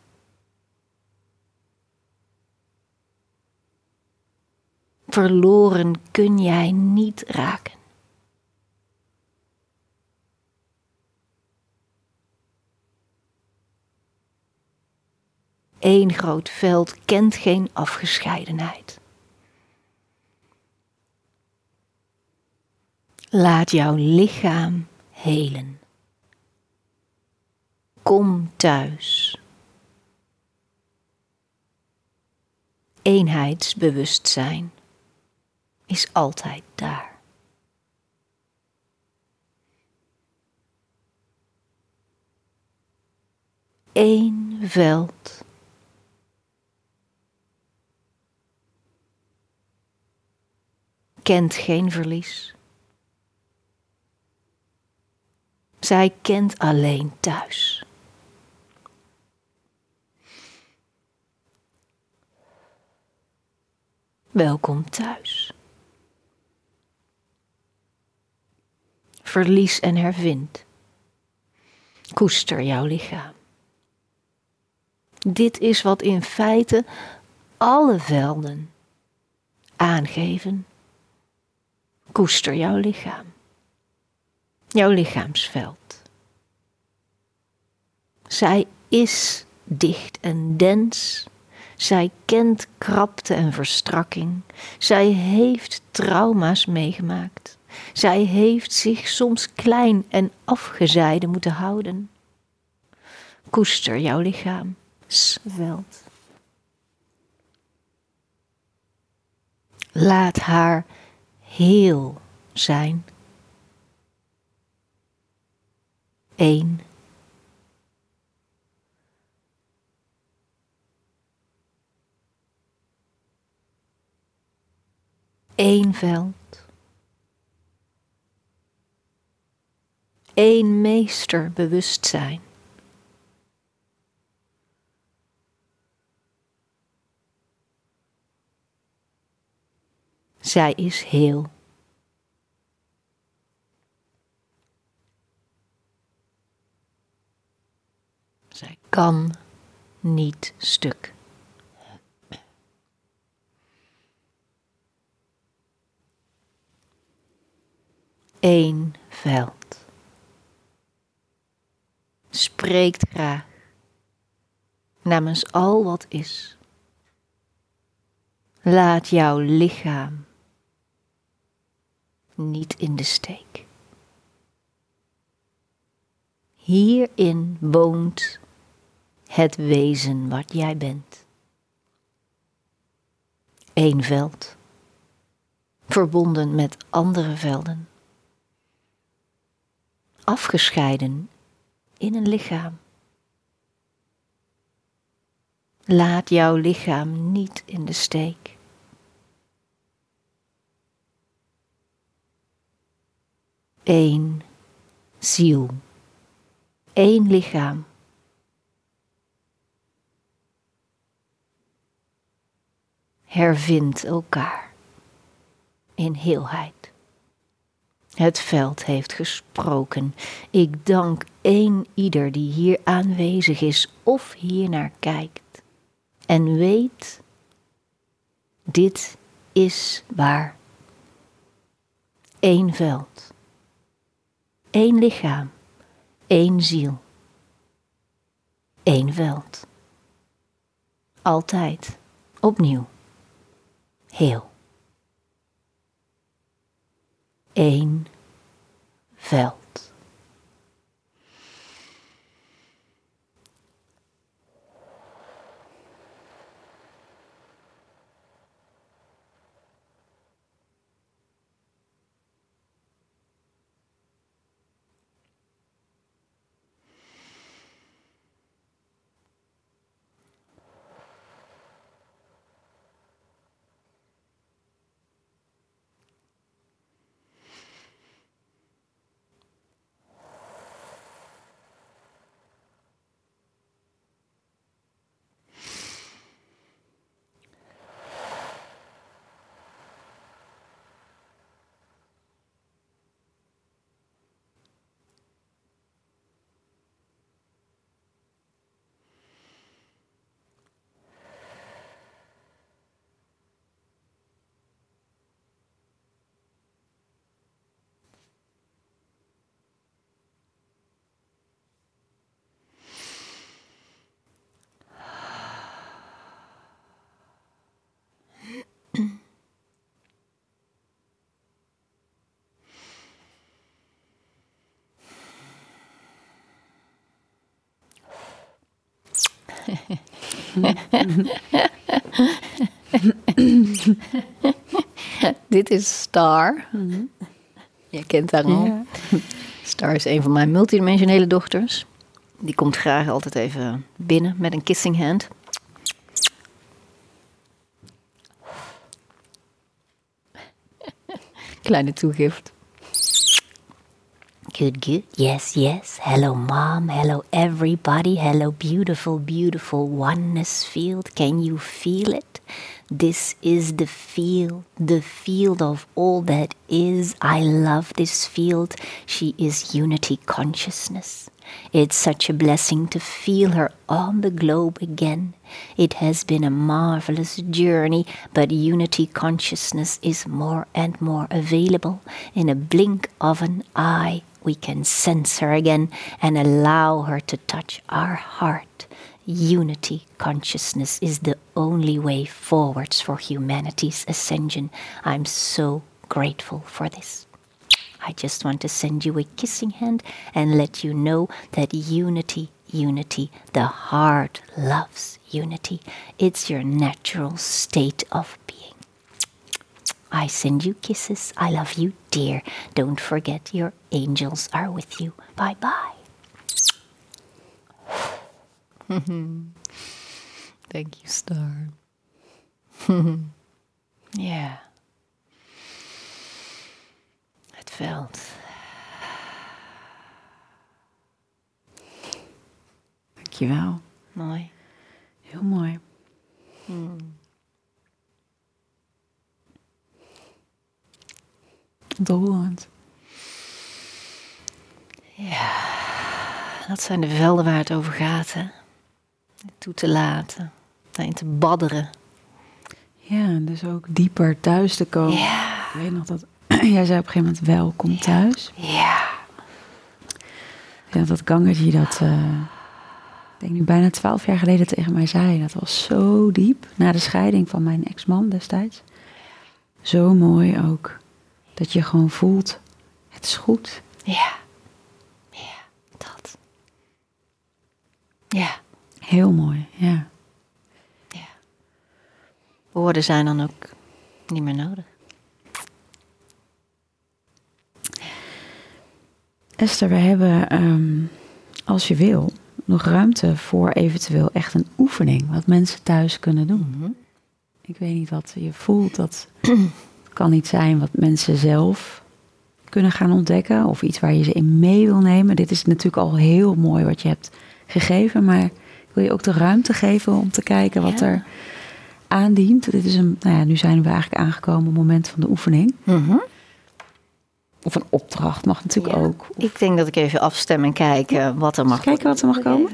Verloren kun jij niet raken. Eén groot veld kent geen afgescheidenheid. Laat jouw lichaam helen. Kom thuis. Eenheidsbewustzijn is altijd daar. Eén veld. Kent geen verlies. Zij kent alleen thuis. Welkom thuis. Verlies en hervind. Koester jouw lichaam. Dit is wat in feite alle velden aangeven. Koester jouw lichaam. Jouw lichaamsveld. Zij is dicht en dens. Zij kent krapte en verstrakking. Zij heeft trauma's meegemaakt. Zij heeft zich soms klein en afgezijden moeten houden. Koester jouw lichaamsveld. Laat haar heel zijn. Eén. Eén veld. Eén meester bewustzijn. Zij is heel. Zij kan niet stuk. Eén veld. Spreekt graag namens al wat is. Laat jouw lichaam niet in de steek. Hierin woont het wezen wat jij bent. Eén veld, verbonden met andere velden. Afgescheiden in een lichaam. Laat jouw lichaam niet in de steek. Eén ziel, één lichaam. Hervindt elkaar in heelheid. Het veld heeft gesproken. Ik dank ieder die hier aanwezig is of hiernaar kijkt. En weet, dit is waar. Eén veld. Eén lichaam. Één ziel. Eén veld. Altijd opnieuw. Heel. Eén veld. Dit is Star. Je kent haar al. Ja. Star is een van mijn multidimensionele dochters. Die komt graag altijd even binnen met een kissing hand. Kleine toegift. Good, good. Yes, yes. Hello, Mom. Hello, everybody. Hello, beautiful, beautiful oneness field. Can you feel it? This is the field of all that is. I love this field. She is unity consciousness. It's such a blessing to feel her on the globe again. It has been a marvelous journey, but unity consciousness is more and more available. In a blink of an eye, we can sense her again and allow her to touch our heart. Unity consciousness is the only way forwards for humanity's ascension. I'm so grateful for this. I just want to send you a kissing hand and let you know that unity, the heart loves unity. It's your natural state of being. I send you kisses. I love you, dear. Don't forget your angels are with you. Bye-bye. Thank you, Star. Ja. Het veld. Dankjewel. Mooi. Heel mooi. Ontroerend. Ja, dat zijn de velden waar het over gaat, hè? Toe te laten, daarin te badderen. Ja, en dus ook dieper thuis te komen. Ja. Ik weet nog dat jij zei op een gegeven moment welkom thuis. Ja. Ja, dat Gangaji dat, ik denk nu bijna 12 jaar geleden tegen mij zei. Dat was zo diep, na de scheiding van mijn ex-man destijds. Zo mooi ook, dat je gewoon voelt, het is goed. Ja. Ja, dat. Ja. Heel mooi, ja. Ja. Woorden zijn dan ook niet meer nodig. Esther, we hebben, als je wil, nog ruimte voor eventueel echt een oefening. Wat mensen thuis kunnen doen. Mm-hmm. Ik weet niet wat je voelt. Dat kan niet zijn wat mensen zelf kunnen gaan ontdekken. Of iets waar je ze in mee wil nemen. Dit is natuurlijk al heel mooi wat je hebt gegeven. Maar ik wil je ook de ruimte geven om te kijken wat er aandient. Dit is nu zijn we eigenlijk aangekomen op het moment van de oefening. Mm-hmm. Of een opdracht mag natuurlijk ook. Ik denk dat ik even afstem en kijk wat er mag komen. Kijken wat er mag komen.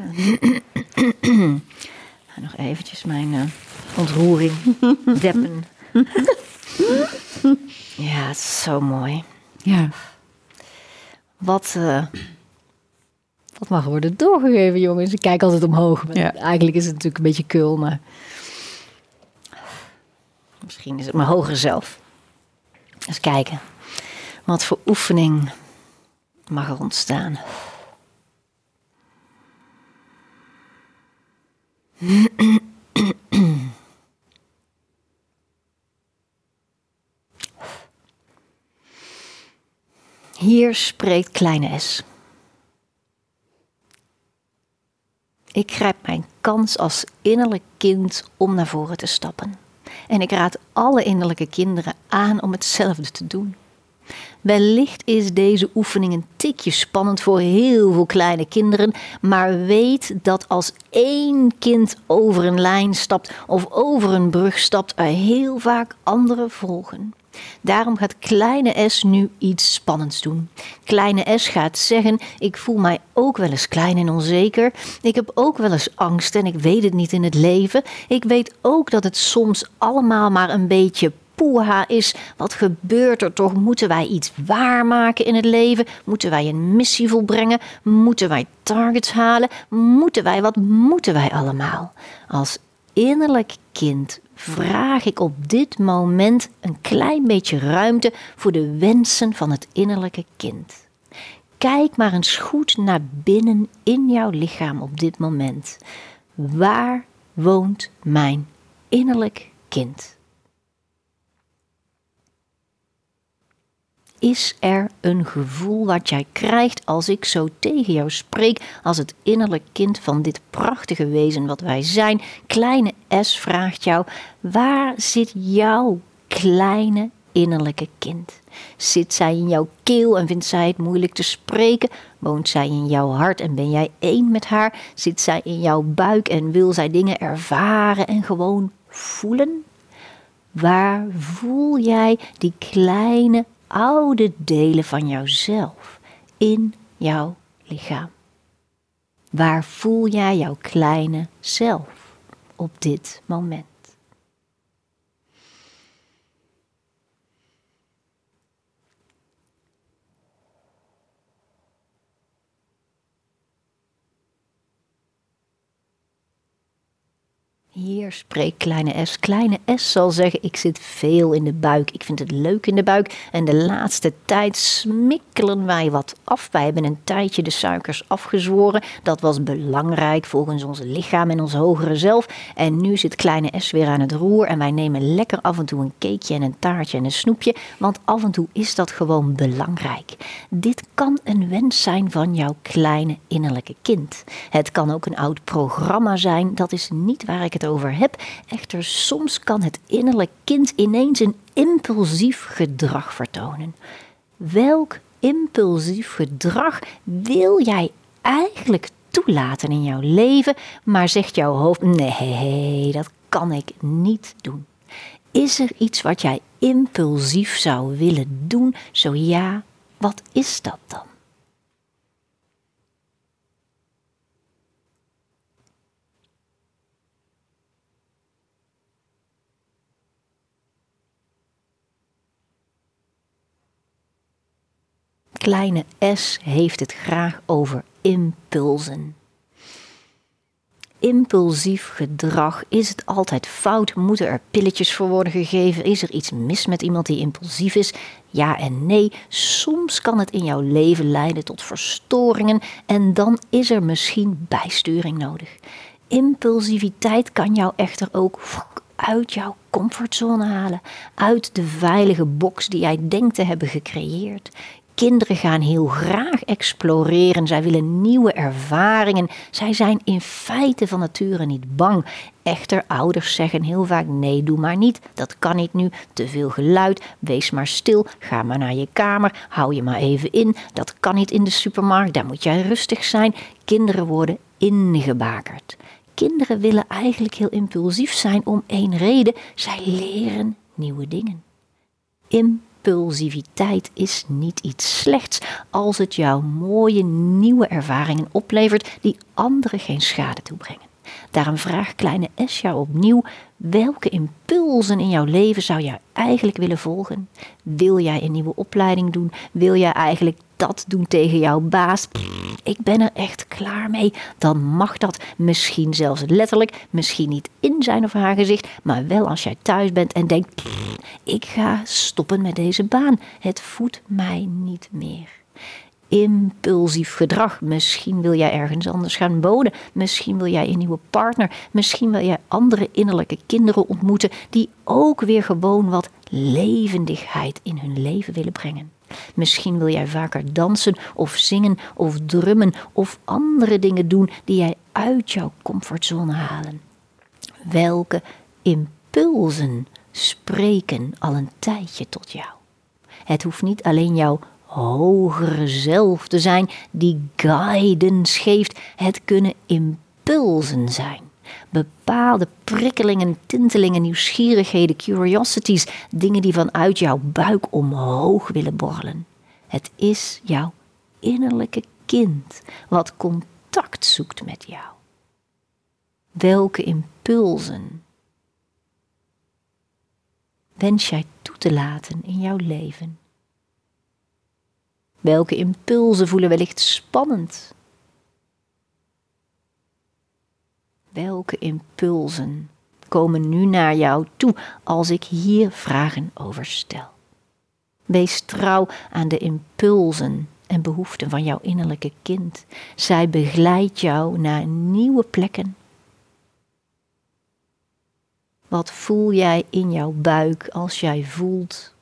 Nog eventjes mijn ontroering deppen. Ja, het is zo mooi. Ja. Wat mag worden doorgegeven, jongens? Ik kijk altijd omhoog. Ja. Eigenlijk is het natuurlijk een beetje kul, maar misschien is het mijn hogere zelf. Eens kijken. Wat voor oefening mag er ontstaan? Hier spreekt kleine S. Ik grijp mijn kans als innerlijk kind om naar voren te stappen. En ik raad alle innerlijke kinderen aan om hetzelfde te doen. Wellicht is deze oefening een tikje spannend voor heel veel kleine kinderen, maar weet dat als één kind over een lijn stapt of over een brug stapt, er heel vaak anderen volgen. Daarom gaat kleine S nu iets spannends doen. Kleine S gaat zeggen, ik voel mij ook wel eens klein en onzeker. Ik heb ook wel eens angst en ik weet het niet in het leven. Ik weet ook dat het soms allemaal maar een beetje poeha is. Wat gebeurt er toch? Moeten wij iets waarmaken in het leven? Moeten wij een missie volbrengen? Moeten wij targets halen? Wat moeten wij allemaal? Als innerlijk kind vraag ik op dit moment een klein beetje ruimte voor de wensen van het innerlijke kind. Kijk maar eens goed naar binnen in jouw lichaam op dit moment. Waar woont mijn innerlijk kind? Is er een gevoel wat jij krijgt als ik zo tegen jou spreek, als het innerlijk kind van dit prachtige wezen wat wij zijn? Kleine S vraagt jou, waar zit jouw kleine innerlijke kind? Zit zij in jouw keel en vindt zij het moeilijk te spreken? Woont zij in jouw hart en ben jij één met haar? Zit zij in jouw buik en wil zij dingen ervaren en gewoon voelen? Waar voel jij die kleine oude delen van jouzelf in jouw lichaam? Waar voel jij jouw kleine zelf op dit moment? Hier spreekt kleine S. Kleine S zal zeggen, ik zit veel in de buik. Ik vind het leuk in de buik. En de laatste tijd smikkelen wij wat af. Wij hebben een tijdje de suikers afgezworen. Dat was belangrijk volgens ons lichaam en ons hogere zelf. En nu zit kleine S weer aan het roer. En wij nemen lekker af en toe een cakeje en een taartje en een snoepje. Want af en toe is dat gewoon belangrijk. Dit kan een wens zijn van jouw kleine innerlijke kind. Het kan ook een oud programma zijn. Dat is niet waar ik het over heb. Echter, soms kan het innerlijk kind ineens een impulsief gedrag vertonen. Welk impulsief gedrag wil jij eigenlijk toelaten in jouw leven, maar zegt jouw hoofd, nee, dat kan ik niet doen? Is er iets wat jij impulsief zou willen doen? Zo ja, wat is dat dan? Kleine S heeft het graag over impulsen. Impulsief gedrag, is het altijd fout? Moeten er pilletjes voor worden gegeven? Is er iets mis met iemand die impulsief is? Ja en nee, soms kan het in jouw leven leiden tot verstoringen en dan is er misschien bijsturing nodig. Impulsiviteit kan jou echter ook uit jouw comfortzone halen, uit de veilige box die jij denkt te hebben gecreëerd. Kinderen gaan heel graag exploreren, zij willen nieuwe ervaringen. Zij zijn in feite van nature niet bang. Echter, ouders zeggen heel vaak, nee, doe maar niet. Dat kan niet nu, te veel geluid, wees maar stil, ga maar naar je kamer, hou je maar even in. Dat kan niet in de supermarkt, daar moet jij rustig zijn. Kinderen worden ingebakerd. Kinderen willen eigenlijk heel impulsief zijn om één reden, zij leren nieuwe dingen. Impulsiviteit is niet iets slechts als het jou mooie nieuwe ervaringen oplevert die anderen geen schade toebrengen. Daarom vraagt kleine S jou opnieuw, welke impulsen in jouw leven zou jij eigenlijk willen volgen? Wil jij een nieuwe opleiding doen? Wil jij eigenlijk dat doen tegen jouw baas? Ik ben er echt klaar mee. Dan mag dat misschien zelfs letterlijk, misschien niet in zijn of haar gezicht, maar wel als jij thuis bent en denkt, ik ga stoppen met deze baan. Het voedt mij niet meer. Impulsief gedrag. Misschien wil jij ergens anders gaan wonen. Misschien wil jij een nieuwe partner. Misschien wil jij andere innerlijke kinderen ontmoeten die ook weer gewoon wat levendigheid in hun leven willen brengen. Misschien wil jij vaker dansen of zingen of drummen of andere dingen doen die jij uit jouw comfortzone halen. Welke impulsen spreken al een tijdje tot jou? Het hoeft niet alleen jouw hogere zelf te zijn die guidance geeft. Het kunnen impulsen zijn. Bepaalde prikkelingen, tintelingen, nieuwsgierigheden, curiosities, dingen die vanuit jouw buik omhoog willen borrelen. Het is jouw innerlijke kind wat contact zoekt met jou. Welke impulsen wens jij toe te laten in jouw leven? Welke impulsen voelen wellicht spannend? Welke impulsen komen nu naar jou toe als ik hier vragen over stel? Wees trouw aan de impulsen en behoeften van jouw innerlijke kind. Zij begeleidt jou naar nieuwe plekken, Wat voel jij in jouw buik als jij voelt: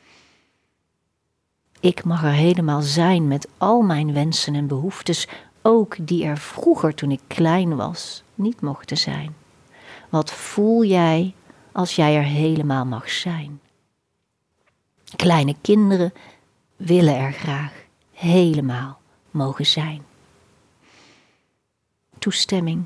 ik mag er helemaal zijn met al mijn wensen en behoeftes, ook die er vroeger toen ik klein was niet mochten zijn. Wat voel jij als jij er helemaal mag zijn? Kleine kinderen willen er graag helemaal mogen zijn. Toestemming.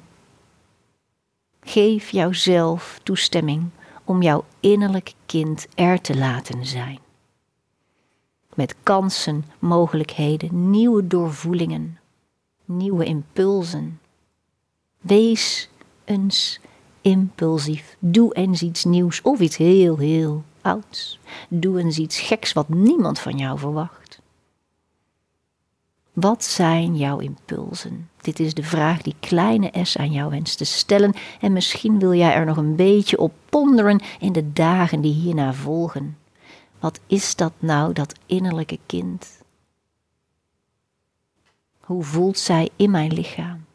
Geef jouzelf toestemming om jouw innerlijk kind er te laten zijn. Met kansen, mogelijkheden, nieuwe doorvoelingen, nieuwe impulsen. Wees eens impulsief. Doe eens iets nieuws of iets heel, heel ouds. Doe eens iets geks wat niemand van jou verwacht. Wat zijn jouw impulsen? Dit is de vraag die kleine S aan jou wenst te stellen. En misschien wil jij er nog een beetje op ponderen in de dagen die hierna volgen. Wat is dat nou, dat innerlijke kind? Hoe voelt zij in mijn lichaam?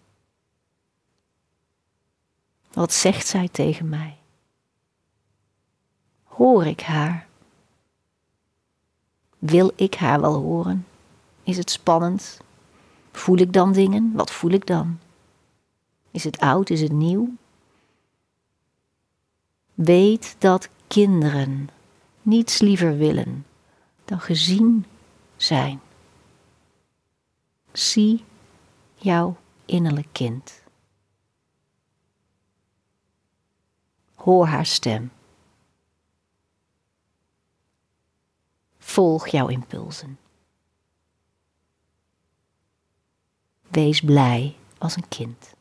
Wat zegt zij tegen mij? Hoor ik haar? Wil ik haar wel horen? Is het spannend? Voel ik dan dingen? Wat voel ik dan? Is het oud? Is het nieuw? Weet dat kinderen niets liever willen dan gezien zijn. Zie jouw innerlijk kind. Hoor haar stem. Volg jouw impulsen. Wees blij als een kind.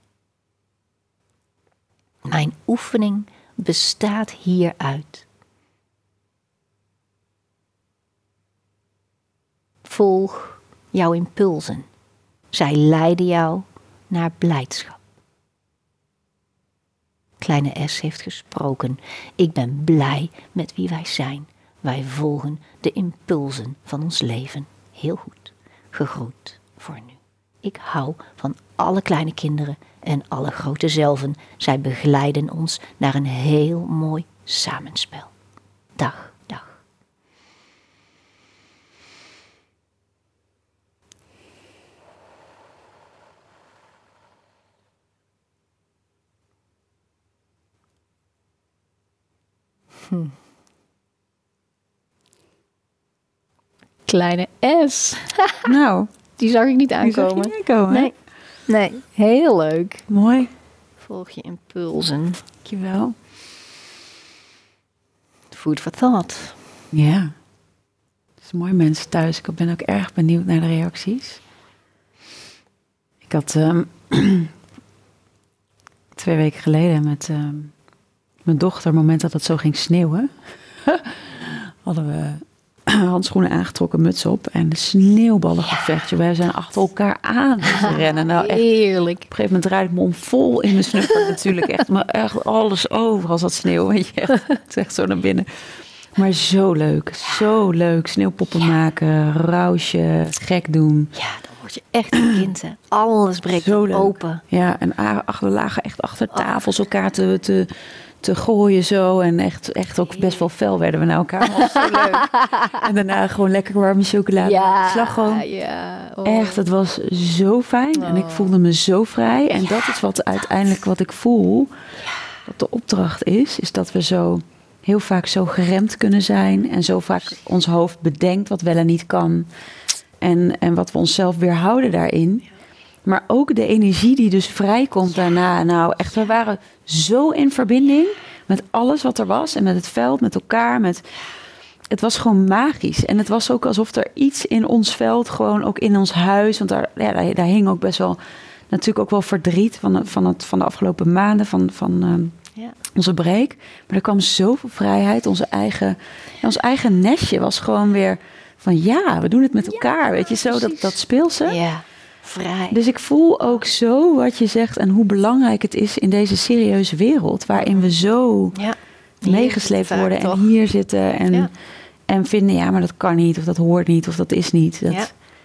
Mijn oefening bestaat hieruit. Volg jouw impulsen. Zij leiden jou naar blijdschap. Kleine S heeft gesproken. Ik ben blij met wie wij zijn. Wij volgen de impulsen van ons leven. Heel goed. Gegroet voor nu. Ik hou van alle kleine kinderen en alle grote zelven. Zij begeleiden ons naar een heel mooi samenspel. Dag, dag. Kleine S. Nou, Die zag ik niet aankomen. die zag je niet aankomen. Nee, heel leuk. Mooi. Volg je impulsen. Dankjewel. Food for thought. Ja. Dat is mooi, mensen thuis. Ik ben ook erg benieuwd naar de reacties. Ik had 2 weken geleden met mijn dochter, het moment dat het zo ging sneeuwen, hadden we handschoenen aangetrokken, muts op en de sneeuwballengevechtje. Wij zijn achter elkaar aan te rennen. Nou, echt, heerlijk. op een gegeven moment draaide ik me om vol in mijn snuffer natuurlijk. Echt, maar echt alles over als dat sneeuw. Weet je, echt, het is echt zo naar binnen. Maar zo leuk, zo leuk. Sneeuwpoppen maken, rousje, gek doen. Ja, dan word je echt een kind, hè. Alles breekt Zo leuk. open. Ja, en we lagen echt achter tafels elkaar te gooien zo. En echt ook best wel fel werden we naar elkaar. Dat was zo leuk. En daarna gewoon lekker warme chocolade. Ja, slagroom. ja. Oh. Echt, het was zo fijn. En ik voelde me zo vrij. En dat is uiteindelijk wat ik voel. Wat de opdracht is dat we zo heel vaak zo geremd kunnen zijn. En zo vaak ons hoofd bedenkt wat wel en niet kan. En wat we onszelf weerhouden daarin. Maar ook de energie die dus vrijkomt daarna. Nou, echt, we waren zo in verbinding met alles wat er was. En met het veld, met elkaar. Het was gewoon magisch. En het was ook alsof er iets in ons veld, gewoon ook in ons huis. Want daar hing ook best wel, natuurlijk ook wel verdriet van de afgelopen maanden. Van onze break. Maar er kwam zoveel vrijheid. Ons eigen nestje was gewoon weer van we doen het met elkaar. Weet je, zo dat speelse. Ja. Vrij. Dus ik voel ook zo wat je zegt en hoe belangrijk het is in deze serieuze wereld, waarin we zo meegesleept worden en hier zitten en vinden, maar dat kan niet, of dat hoort niet, of dat is niet.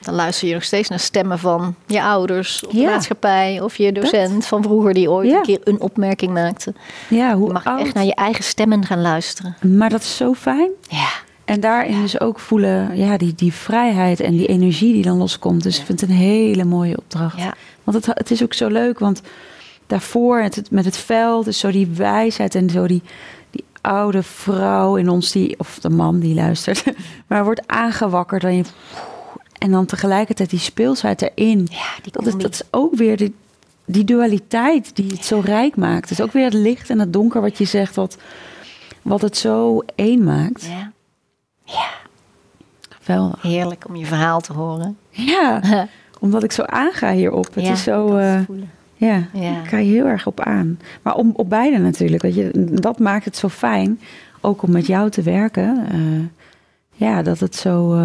Dan luister je nog steeds naar stemmen van je ouders, of de maatschappij, of je docent van vroeger die ooit een keer een opmerking maakte. Ja, hoe je mag oud? echt naar je eigen stemmen gaan luisteren. Maar dat is zo fijn. Ja. En daarin dus ook voelen, die vrijheid en die energie die dan loskomt. Dus ik vind het een hele mooie opdracht. Ja. Want het is ook zo leuk, want daarvoor met het veld is zo die wijsheid en zo die oude vrouw in ons, of de man die luistert, maar wordt aangewakkerd en dan tegelijkertijd die speelsheid erin. Ja, dat is ook weer die dualiteit die het zo rijk maakt. Het is ook weer het licht en het donker wat je zegt, wat het zo één maakt. Ja. Ja. Geweldig. Heerlijk om je verhaal te horen. Ja, omdat ik zo aanga hierop. Het is zo... ik ga je heel erg op aan. Maar op beide natuurlijk. Dat maakt het zo fijn. Ook om met jou te werken. Dat het zo...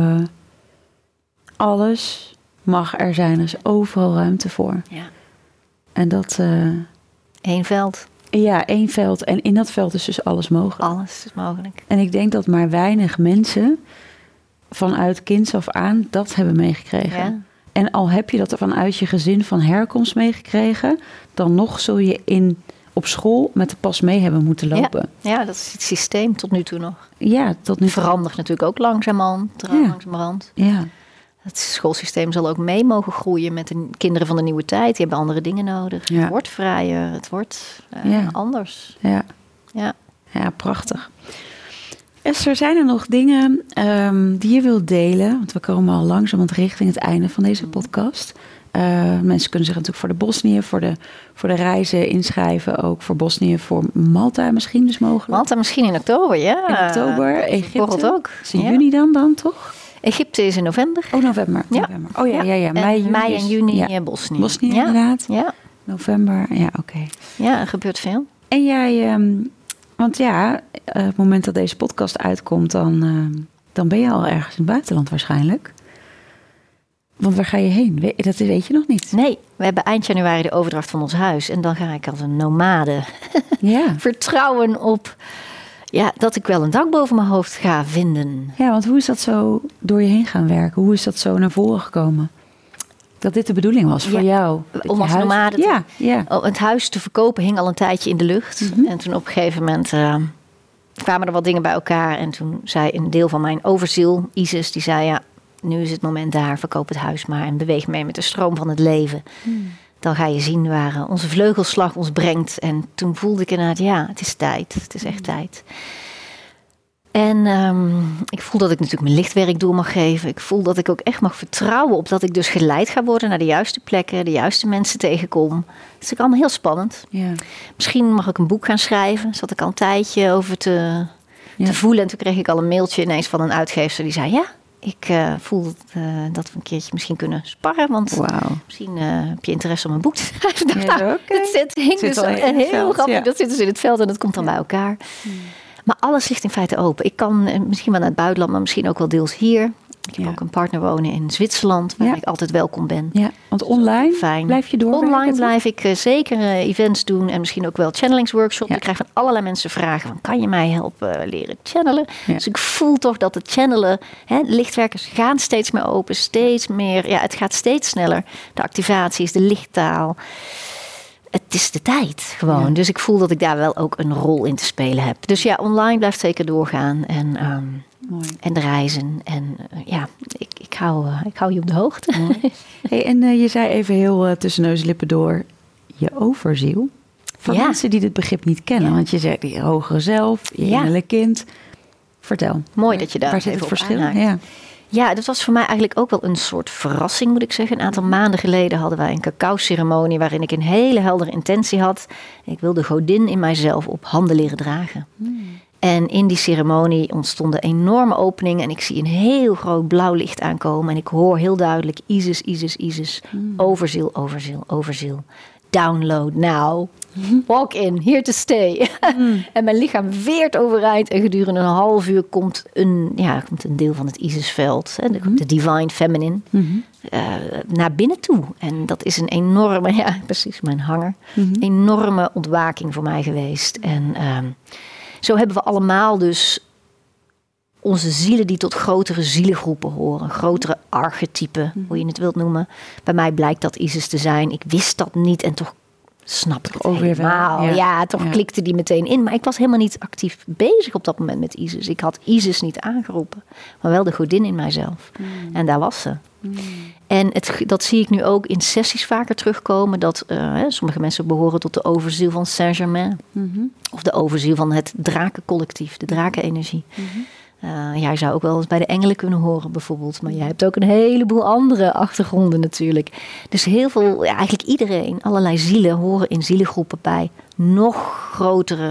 alles mag er zijn. Er is overal ruimte voor. Ja. En dat... Eén veld. Ja, één veld. En in dat veld is dus alles mogelijk. Alles is mogelijk. En ik denk dat maar weinig mensen vanuit kinds af aan dat hebben meegekregen. Ja. En al heb je dat vanuit je gezin van herkomst meegekregen, dan nog zul je op school met de pas mee hebben moeten lopen. Ja, dat is het systeem tot nu toe nog. Ja, tot nu toe. Verandert natuurlijk ook langzamerhand. Ja. Het schoolsysteem zal ook mee mogen groeien met de kinderen van de nieuwe tijd. Die hebben andere dingen nodig. Ja. Het wordt vrijer, het wordt anders. Ja, prachtig. Esther, zijn er nog dingen die je wilt delen? Want we komen al langzamerhand richting het einde van deze podcast. Mensen kunnen zich natuurlijk voor de Bosnië, voor de reizen inschrijven. Ook voor Bosnië, voor Malta misschien dus mogelijk. Malta misschien in oktober, ja. In oktober, Egypte ook. Is in juni dan toch? Egypte is in november. Oh, november. Oh ja. Mei en juni Bosnië. Bosnië inderdaad. Ja. November, oké. Ja, er gebeurt veel. En jij... Want het moment dat deze podcast uitkomt, dan ben je al ergens in het buitenland waarschijnlijk. Want waar ga je heen? Dat weet je nog niet. Nee, we hebben eind januari de overdracht van ons huis. En dan ga ik als een nomade vertrouwen op dat ik wel een dak boven mijn hoofd ga vinden. Ja, want hoe is dat zo door je heen gaan werken? Hoe is dat zo naar voren gekomen? Dat dit de bedoeling was voor jou? Om als nomade het huis te verkopen hing al een tijdje in de lucht. Mm-hmm. En toen op een gegeven moment kwamen er wat dingen bij elkaar. En toen zei een deel van mijn overziel, Isis, die zei... nu is het moment daar, verkoop het huis maar... en beweeg mee met de stroom van het leven. Dan ga je zien waar onze vleugelslag ons brengt. En toen voelde ik inderdaad, het is tijd. Het is echt tijd. En ik voel dat ik natuurlijk mijn lichtwerk door mag geven. Ik voel dat ik ook echt mag vertrouwen op dat ik dus geleid ga worden naar de juiste plekken, de juiste mensen tegenkom. Dat is natuurlijk allemaal heel spannend. Ja. Misschien mag ik een boek gaan schrijven. Zat ik al een tijdje over te voelen. En toen kreeg ik al een mailtje ineens van een uitgever die zei... ik voel dat we een keertje misschien kunnen sparren. Want misschien heb je interesse om een boek te schrijven. Het hing dus heel grappig. Ja. Dat zit dus in het veld en dat komt dan bij elkaar. Maar alles ligt in feite open. Ik kan misschien wel naar het buitenland, maar misschien ook wel deels hier. Ik heb ook een partner wonen in Zwitserland, waar ik altijd welkom ben. Ja, want online blijf je doorwerken? Online blijf ik zeker events doen en misschien ook wel channelingsworkshops. Ik krijg van allerlei mensen vragen van, kan je mij helpen leren channelen? Ja. Dus ik voel toch dat het channelen, lichtwerkers gaan steeds meer open, steeds meer, het gaat steeds sneller. De activaties, de lichttaal. Het is de tijd gewoon. Ja. Dus ik voel dat ik daar wel ook een rol in te spelen heb. Dus online blijft zeker doorgaan. En de reizen. En ik hou je op de hoogte. Hey, en je zei even heel tussen neus en lippen door je overziel. Voor mensen die dit begrip niet kennen. Want je zegt die hogere zelf, je innerlijk kind. Vertel. Mooi dat je daar waar zit het verschil? Ja, dat was voor mij eigenlijk ook wel een soort verrassing, moet ik zeggen. Een aantal maanden geleden hadden wij een cacao-ceremonie... waarin ik een hele heldere intentie had. Ik wilde godin in mijzelf op handen leren dragen. En in die ceremonie ontstonden enorme openingen... en ik zie een heel groot blauw licht aankomen... en ik hoor heel duidelijk Isis, Isis, Isis. Overziel, overziel, overziel. Download now. Walk in, here to stay. En mijn lichaam weert overeind. En gedurende een half uur komt een deel van het Isisveld. De Divine Feminine. Naar binnen toe. En dat is een enorme, precies mijn hanger. Enorme ontwaking voor mij geweest. En zo hebben we allemaal dus onze zielen die tot grotere zielengroepen horen. Grotere archetypen, hoe je het wilt noemen. Bij mij blijkt dat Isis te zijn. Ik wist dat niet en toch snap ik het helemaal. Ja, toch klikte die meteen in. Maar ik was helemaal niet actief bezig op dat moment met Isis. Ik had Isis niet aangeroepen. Maar wel de godin in mijzelf. En daar was ze. En dat zie ik nu ook in sessies vaker terugkomen. Dat sommige mensen behoren tot de overziel van Saint-Germain. Of de overziel van het drakencollectief. De drakenenergie. Jij zou ook wel eens bij de engelen kunnen horen bijvoorbeeld. Maar jij hebt ook een heleboel andere achtergronden natuurlijk. Dus heel veel, eigenlijk iedereen, allerlei zielen horen in zielengroepen bij nog grotere.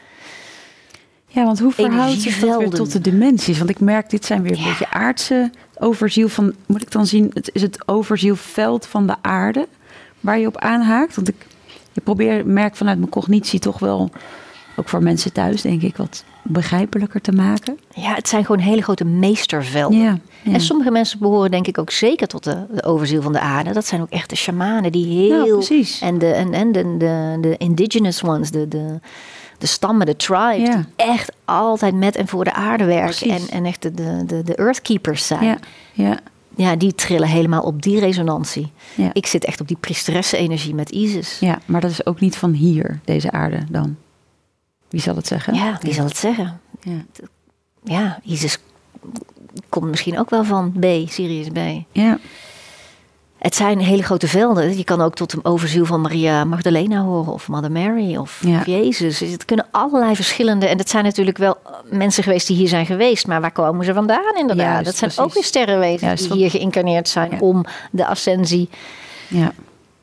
Ja, want hoe verhoudt zich dat weer tot de dimensies? Want ik merk, dit zijn weer een beetje aardse overziel van, moet ik dan zien, het is het overzielveld van de aarde waar je op aanhaakt? Want ik merk vanuit mijn cognitie toch wel, ook voor mensen thuis denk ik, wat begrijpelijker te maken. Ja, het zijn gewoon hele grote meestervelden. Ja. En sommige mensen behoren denk ik ook zeker tot de overziel van de aarde. Dat zijn ook echte shamanen die heel... precies. En de indigenous ones, de stammen, de tribes, die echt altijd met en voor de aarde werken. En echt de earthkeepers zijn. Ja, die trillen helemaal op die resonantie. Ja. Ik zit echt op die priesteressen-energie met Isis. Ja, maar dat is ook niet van hier, deze aarde dan. Wie zal het zeggen? Ja, wie zal het zeggen? Ja, Isis komt misschien ook wel van Sirius B. Ja. Het zijn hele grote velden. Je kan ook tot een overziel van Maria Magdalena horen. Of Mother Mary. Of Jezus. Dus het kunnen allerlei verschillende. En dat zijn natuurlijk wel mensen geweest die hier zijn geweest. Maar waar komen ze vandaan inderdaad? Juist, dat zijn ook weer sterrenwezens die hier geïncarneerd zijn om de ascensie. Ja.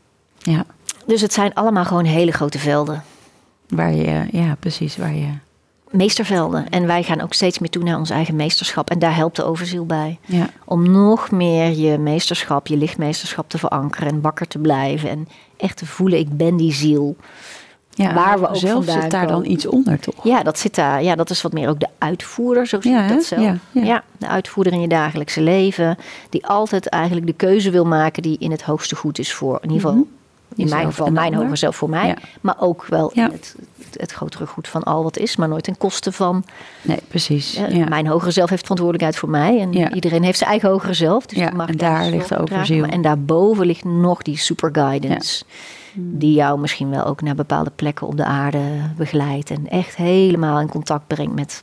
Dus het zijn allemaal gewoon hele grote velden. Waar je... Meestervelden. En wij gaan ook steeds meer toe naar ons eigen meesterschap. En daar helpt de overziel bij. Ja. Om nog meer je meesterschap, je lichtmeesterschap te verankeren. En wakker te blijven. En echt te voelen, ik ben die ziel. Ja, waar we ook zelf zit daar dan iets onder, toch? Ja, dat zit daar. Ja, dat is wat meer ook de uitvoerder, zo zie ik dat zelf. Ja, de uitvoerder in je dagelijkse leven. Die altijd eigenlijk de keuze wil maken die in het hoogste goed is voor, in ieder geval... In mijn geval, mijn hoger zelf voor mij. Ja. Maar ook wel het grotere goed van al wat is. Maar nooit ten koste van... Nee, precies. Mijn hogere zelf heeft verantwoordelijkheid voor mij. En iedereen heeft zijn eigen hogere zelf. Dus mag en daar ligt de overziel. En daarboven ligt nog die super guidance. Ja. Die jou misschien wel ook naar bepaalde plekken op de aarde begeleidt. En echt helemaal in contact brengt met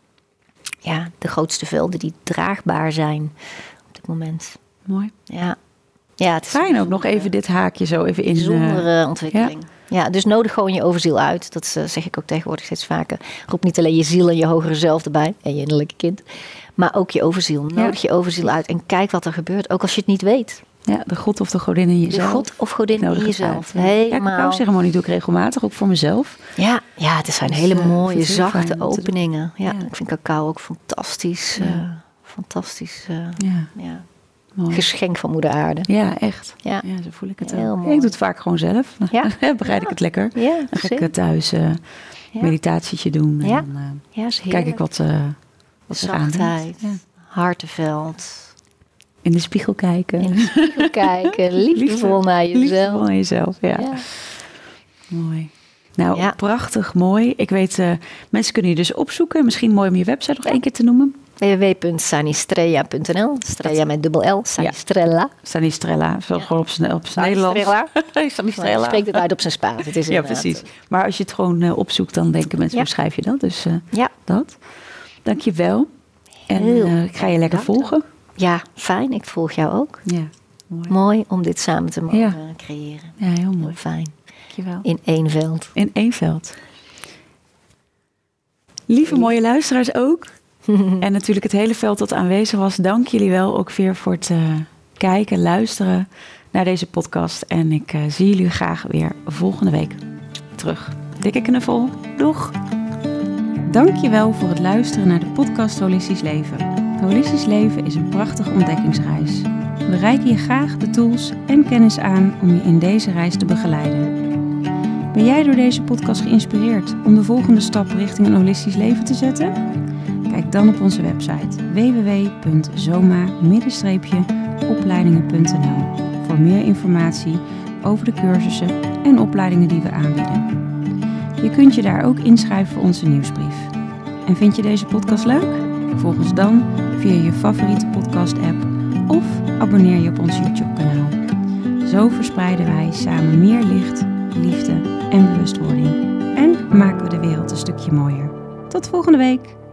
de grootste velden die draagbaar zijn op dit moment. Mooi. Ja, het is fijn ook nog even dit haakje zo even in. Bijzondere ontwikkeling. Ja, dus nodig gewoon je overziel uit. Dat zeg ik ook tegenwoordig steeds vaker. Roep niet alleen je ziel en je hogere zelf erbij. En je innerlijke kind. Maar ook je overziel. Nodig je overziel uit en kijk wat er gebeurt. Ook als je het niet weet. Ja, de god of de godin in jezelf. De god of godin in jezelf. Helemaal. Ja, cacao-ceremonie doe ik regelmatig, ook voor mezelf. Ja, het zijn hele mooie, zachte openingen. Ja, ik vind cacao ook fantastisch. Fantastisch. Mooi. Geschenk van moeder aarde. Ja, echt. Ja, zo voel ik het ook. Heel mooi. Ik doe het vaak gewoon zelf. Dan bereid ik het lekker. Ja, dan ga ik thuis meditatietje doen. En dan kijk ik wat er aan zachtheid, hartenveld. In de spiegel kijken. Liefdevol naar jezelf. Liefdevol naar jezelf, ja. Mooi. Nou, prachtig, mooi. Ik weet, mensen kunnen je dus opzoeken. Misschien mooi om je website nog één keer te noemen. www.sanistrella.nl. Strella met dubbel L. Sanistrella. Sanistrella. Gewoon op zijn Nederlands. Sanistrella. Spreekt het uit op zijn Spaans. Het is precies. Maar als je het gewoon opzoekt, dan denken mensen, hoe schrijf je dat? Dus dat. Dank je wel. En ik ga je lekker volgen. Ja, fijn. Ik volg jou ook. Ja, mooi om dit samen te mogen creëren. Ja, heel mooi. Fijn. Dankjewel. In één veld. In één veld. Lieve mooie luisteraars ook. En natuurlijk het hele veld dat aanwezig was. Dank jullie wel ook weer voor het kijken, luisteren naar deze podcast. En ik zie jullie graag weer volgende week terug. Dikke knuffel. Doeg! Dank je wel voor het luisteren naar de podcast Holistisch Leven. Holistisch Leven is een prachtige ontdekkingsreis. We reiken je graag de tools en kennis aan om je in deze reis te begeleiden. Ben jij door deze podcast geïnspireerd om de volgende stap richting een holistisch leven te zetten? Kijk dan op onze website www.zoma-opleidingen.nl voor meer informatie over de cursussen en opleidingen die we aanbieden. Je kunt je daar ook inschrijven voor onze nieuwsbrief. En vind je deze podcast leuk? Volg ons dan via je favoriete podcast-app of abonneer je op ons YouTube-kanaal. Zo verspreiden wij samen meer licht, liefde en bewustwording. En maken we de wereld een stukje mooier. Tot volgende week!